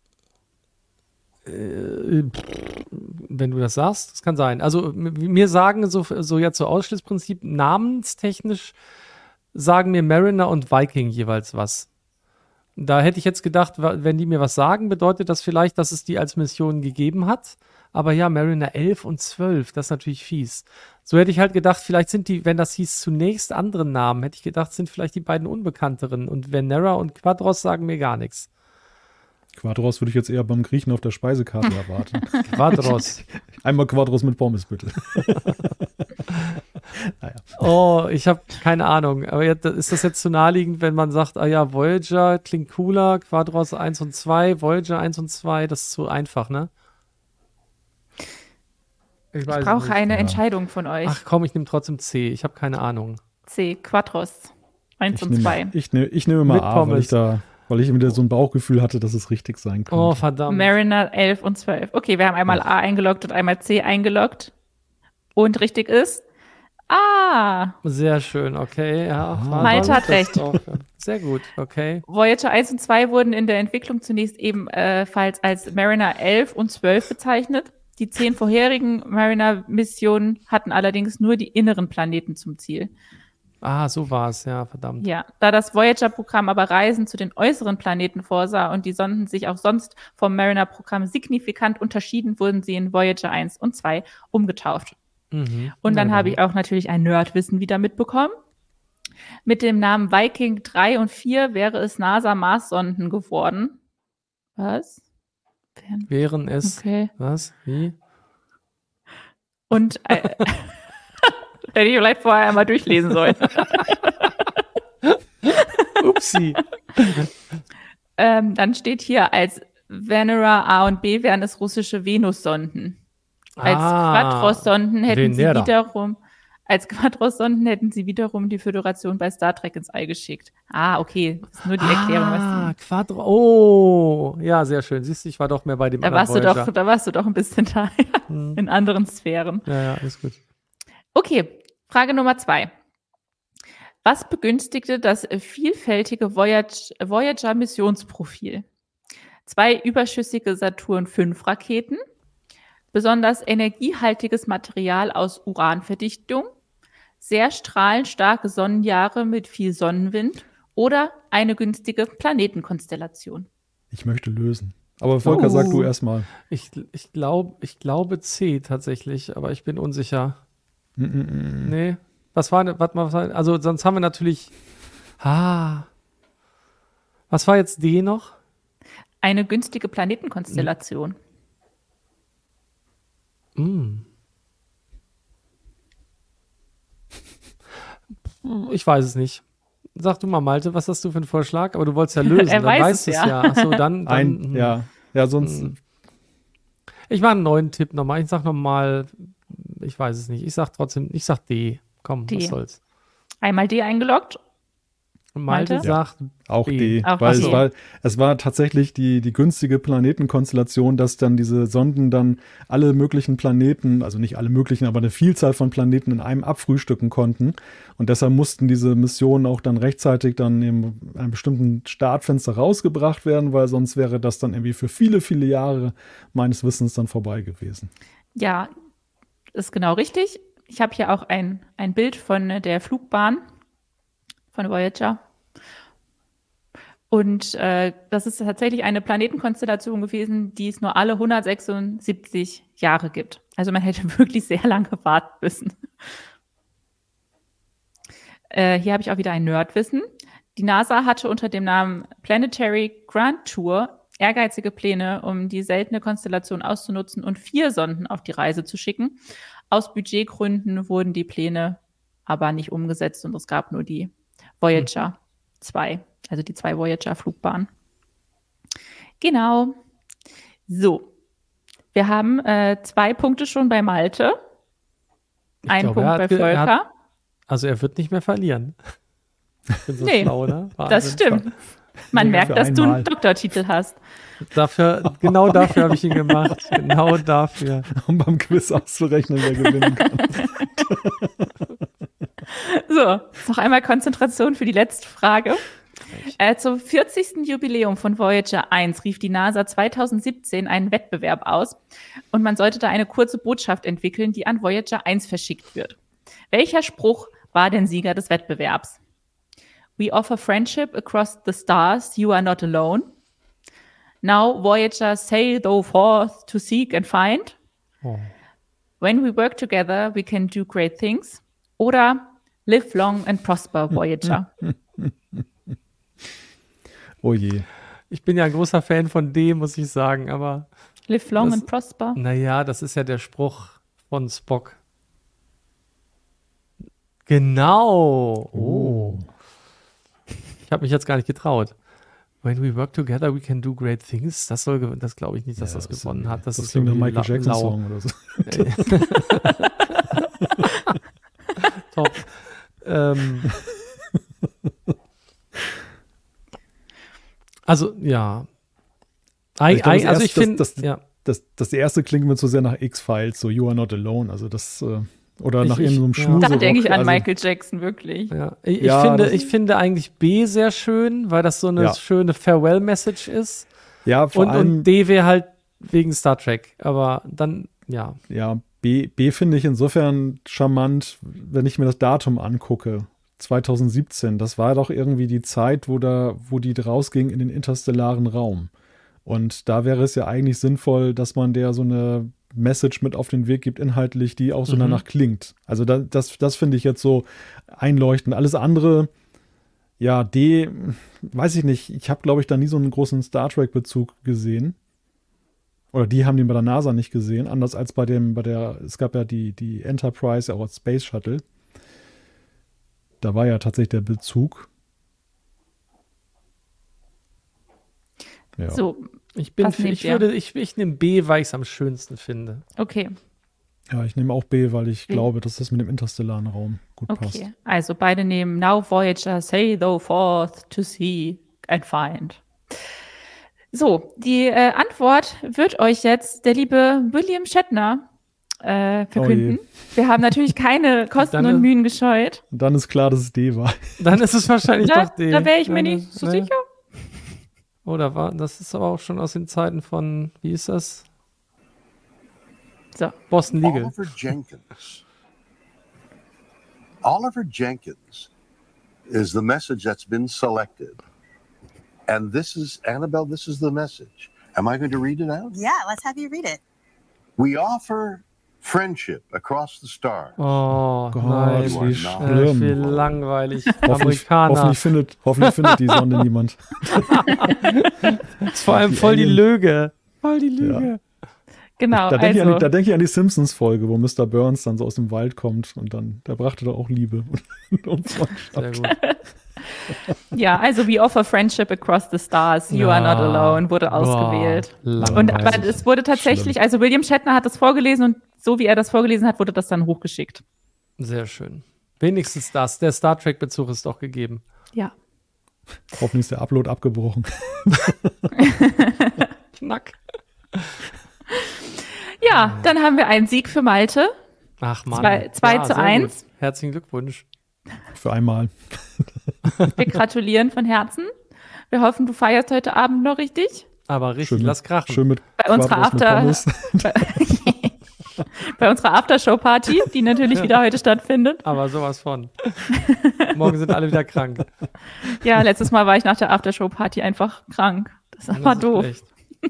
Wenn du das sagst, das kann sein. Also mir sagen so jetzt so Ausschlussprinzip, namenstechnisch sagen mir Mariner und Viking jeweils was. Da hätte ich jetzt gedacht, wenn die mir was sagen, bedeutet das vielleicht, dass es die als Mission gegeben hat. Aber ja, Mariner 11 und 12, das ist natürlich fies. So hätte ich halt gedacht, vielleicht sind die, wenn das hieß zunächst andere Namen, hätte ich gedacht, sind vielleicht die beiden unbekannteren. Und Venera und Quadros sagen mir gar nichts. Quadros würde ich jetzt eher beim Griechen auf der Speisekarte erwarten. Quadros. Einmal Quadros mit Pommes, bitte. Naja. Oh, ich habe keine Ahnung. Aber jetzt, ist das jetzt zu naheliegend, wenn man sagt, ah ja, Voyager klingt cooler, Quadros 1 und 2, Voyager 1 und 2, das ist zu einfach, ne? Ich brauche eine Entscheidung von euch. Ach komm, ich nehme trotzdem C. Ich habe keine Ahnung. C, Quatros 1 und 2. Ich nehme mal mit A, Pommes. weil ich da weil ich wieder so ein Bauchgefühl hatte, dass es richtig sein könnte. Oh, verdammt. Mariner 11 und 12. Okay, wir haben einmal A eingeloggt und einmal C eingeloggt. Und richtig ist A. Sehr schön, okay. Ja, Malte hat recht. Auch, ja. Sehr gut, okay. Voyager 1 und 2 wurden in der Entwicklung zunächst ebenfalls als Mariner 11 und 12 bezeichnet. Die 10 vorherigen Mariner-Missionen hatten allerdings nur die inneren Planeten zum Ziel. Ah, so war es, ja, verdammt. Ja, da das Voyager-Programm aber Reisen zu den äußeren Planeten vorsah und die Sonden sich auch sonst vom Mariner-Programm signifikant unterschieden, wurden sie in Voyager 1 und 2 umgetauft. Mhm. Und dann Ja, habe ich auch natürlich ein Nerdwissen wieder mitbekommen. Mit dem Namen Viking 3 und 4 wäre es NASA-Mars-Sonden geworden. Was? Wären es, Okay. was, wie? Und hätte ich vielleicht vorher einmal durchlesen sollen. Upsi. Dann steht hier, als Venera A und B wären es russische Venus-Sonden. Als Quadros-Sonden hätten sie Venera. wiederum die Föderation bei Star Trek ins All geschickt. Ah, okay. Das ist nur die Erklärung, was die. Quadro. Oh, ja, sehr schön. Siehst du, ich war doch mehr bei dem Da warst du doch ein bisschen da, in anderen Sphären. Ja, alles gut. Okay, Frage Nummer 2. Was begünstigte das vielfältige Voyager-Missionsprofil? 2 überschüssige Saturn-V-Raketen, besonders energiehaltiges Material aus Uranverdichtung, sehr strahlenstarke Sonnenjahre mit viel Sonnenwind oder eine günstige Planetenkonstellation. Ich möchte lösen. Aber Volker, sag du erst mal. Ich glaube C tatsächlich, aber ich bin unsicher. Nee. Was war, also sonst haben wir natürlich, was war jetzt D noch? Eine günstige Planetenkonstellation. Ich weiß es nicht. Sag du mal, Malte, was hast du für einen Vorschlag? Aber du wolltest ja lösen, Er dann weiß weißt du es es ja. Achso, dann Ja, sonst. Ich mache einen neuen Tipp nochmal. Ich sag nochmal, ich weiß es nicht. Ich sag D. Komm, D. was soll's. Einmal D eingeloggt. Und Malte Malte? sagt Auch D, Auch weil D. es war tatsächlich die günstige Planetenkonstellation, dass dann diese Sonden dann alle möglichen Planeten, also nicht alle möglichen, aber eine Vielzahl von Planeten in einem abfrühstücken konnten. Und deshalb mussten diese Missionen auch dann rechtzeitig dann in einem bestimmten Startfenster rausgebracht werden, weil sonst wäre das dann irgendwie für viele, viele Jahre meines Wissens dann vorbei gewesen. Ja, ist genau richtig. Ich habe hier auch ein Bild von der Flugbahn von Voyager. Und das ist tatsächlich eine Planetenkonstellation gewesen, die es nur alle 176 Jahre gibt. Also man hätte wirklich sehr lange warten müssen. Hier habe ich auch wieder ein Nerdwissen. Die NASA hatte unter dem Namen Planetary Grand Tour ehrgeizige Pläne, um die seltene Konstellation auszunutzen und 4 Sonden auf die Reise zu schicken. Aus Budgetgründen wurden die Pläne aber nicht umgesetzt und es gab nur die Voyager 2, also die 2 Voyager-Flugbahnen. Genau. So. Wir haben 2 Punkte schon bei Malte. Ein Punkt bei Volker. Also er wird nicht mehr verlieren. Ich bin so schlau, ne? Wahnsinn. Das stimmt. Man merkt, dass du einen Doktortitel hast. Genau dafür habe ich ihn gemacht. Genau dafür. Um beim Quiz auszurechnen, wer gewinnen kann. So, noch einmal Konzentration für die letzte Frage. Zum 40. Jubiläum von Voyager 1 rief die NASA 2017 einen Wettbewerb aus und man sollte da eine kurze Botschaft entwickeln, die an Voyager 1 verschickt wird. Welcher Spruch war denn Sieger des Wettbewerbs? We offer friendship across the stars, you are not alone. Now Voyager say thou forth to seek and find. When we work together, we can do great things. Oder live long and prosper, Voyager. Oh je. Ich bin ja ein großer Fan von D, muss ich sagen, aber Live long and prosper. Naja, das ist ja der Spruch von Spock. Genau. Oh. Ich habe mich jetzt gar nicht getraut. When we work together, we can do great things. Das glaube ich nicht, dass das gewonnen hat. Das ist klingt nach irgendwie Michael Jackson-Song oder so. Top. Also, ja. Ich glaub, Also ich finde, ja. Das erste klingt mir zu sehr nach X-Files, so You Are Not Alone. Also das, oder nach irgendeinem Da Schmuserock. denke ich an also, Michael Jackson, wirklich. Ja. Ich finde eigentlich B sehr schön, weil das so eine schöne Farewell-Message ist. Ja, vor allem. Und D wäre halt wegen Star Trek. Aber dann, ja. Ja, B finde ich insofern charmant, wenn ich mir das Datum angucke. 2017, das war doch irgendwie die Zeit, wo die rausging in den interstellaren Raum. Und da wäre es ja eigentlich sinnvoll, dass man der so eine Message mit auf den Weg gibt, inhaltlich, die auch so danach klingt. Also das finde ich jetzt so einleuchtend. Alles andere, ja, D, weiß ich nicht. Ich habe, glaube ich, da nie so einen großen Star Trek-Bezug gesehen. Oder die haben den bei der NASA nicht gesehen, anders als es gab ja die Enterprise, auch als Space Shuttle. Da war ja tatsächlich der Bezug. Ja. So, ich nehme B, weil ich es am schönsten finde. okay. Ja, ich nehme auch B, weil ich glaube, dass das mit dem interstellaren Raum gut passt. Okay, also beide nehmen Now Voyager, say thou forth to see and find. So, die Antwort wird euch jetzt der liebe William Shatner verkünden. Wir haben natürlich keine Kosten und Mühen gescheut. Und dann ist klar, dass es D war. Dann ist es wahrscheinlich doch D. Da wäre ich mir nicht so sicher. Oder das ist aber auch schon aus den Zeiten von, wie ist das? So. Boston Legal. Oliver Jenkins is the message that's been selected. And this is, Annabelle, this is the message. Am I going to read it out? Yeah, let's have you read it. We offer friendship across the stars. Oh, Gott, nein. wie schlimm. Wie langweilig. Hoffentlich Amerikaner. findet die Sonne niemand. Das ist vor allem voll die Lüge. Voll die Lüge. Ja. Genau, Da denke ich an die Simpsons-Folge, wo Mr. Burns dann so aus dem Wald kommt und dann, der brachte da auch Liebe und Freundschaft. Sehr gut. Ja, also We Offer Friendship Across the Stars, You Are Not Alone wurde ausgewählt. Aber es wurde tatsächlich, also William Shatner hat das vorgelesen und so wie er das vorgelesen hat, wurde das dann hochgeschickt. Sehr schön. Wenigstens das. Der Star Trek-Bezug ist doch gegeben. Ja. Hoffentlich ist der Upload abgebrochen. Knack. Ja, dann haben wir einen Sieg für Malte. Ach Mann. 2:1. Herzlichen Glückwunsch. Für einmal. Wir gratulieren von Herzen. Wir hoffen, du feierst heute Abend noch richtig. Aber richtig, lass krachen. Schön mit Bei unserer bei unserer Aftershow-Party, die natürlich wieder heute stattfindet. Aber sowas von. Morgen sind alle wieder krank. Ja, letztes Mal war ich nach der Aftershow-Party einfach krank. Das war doof. Echt.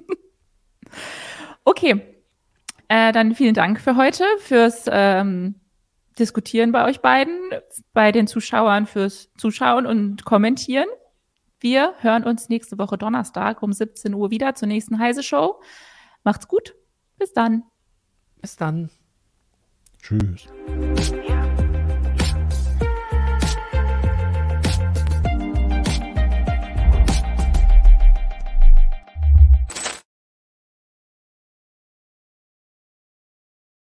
Okay, dann vielen Dank für heute, fürs Diskutieren bei euch beiden, bei den Zuschauern fürs Zuschauen und Kommentieren. Wir hören uns nächste Woche Donnerstag um 17 Uhr wieder zur nächsten Heise-Show. Macht's gut. Bis dann. Bis dann. Tschüss.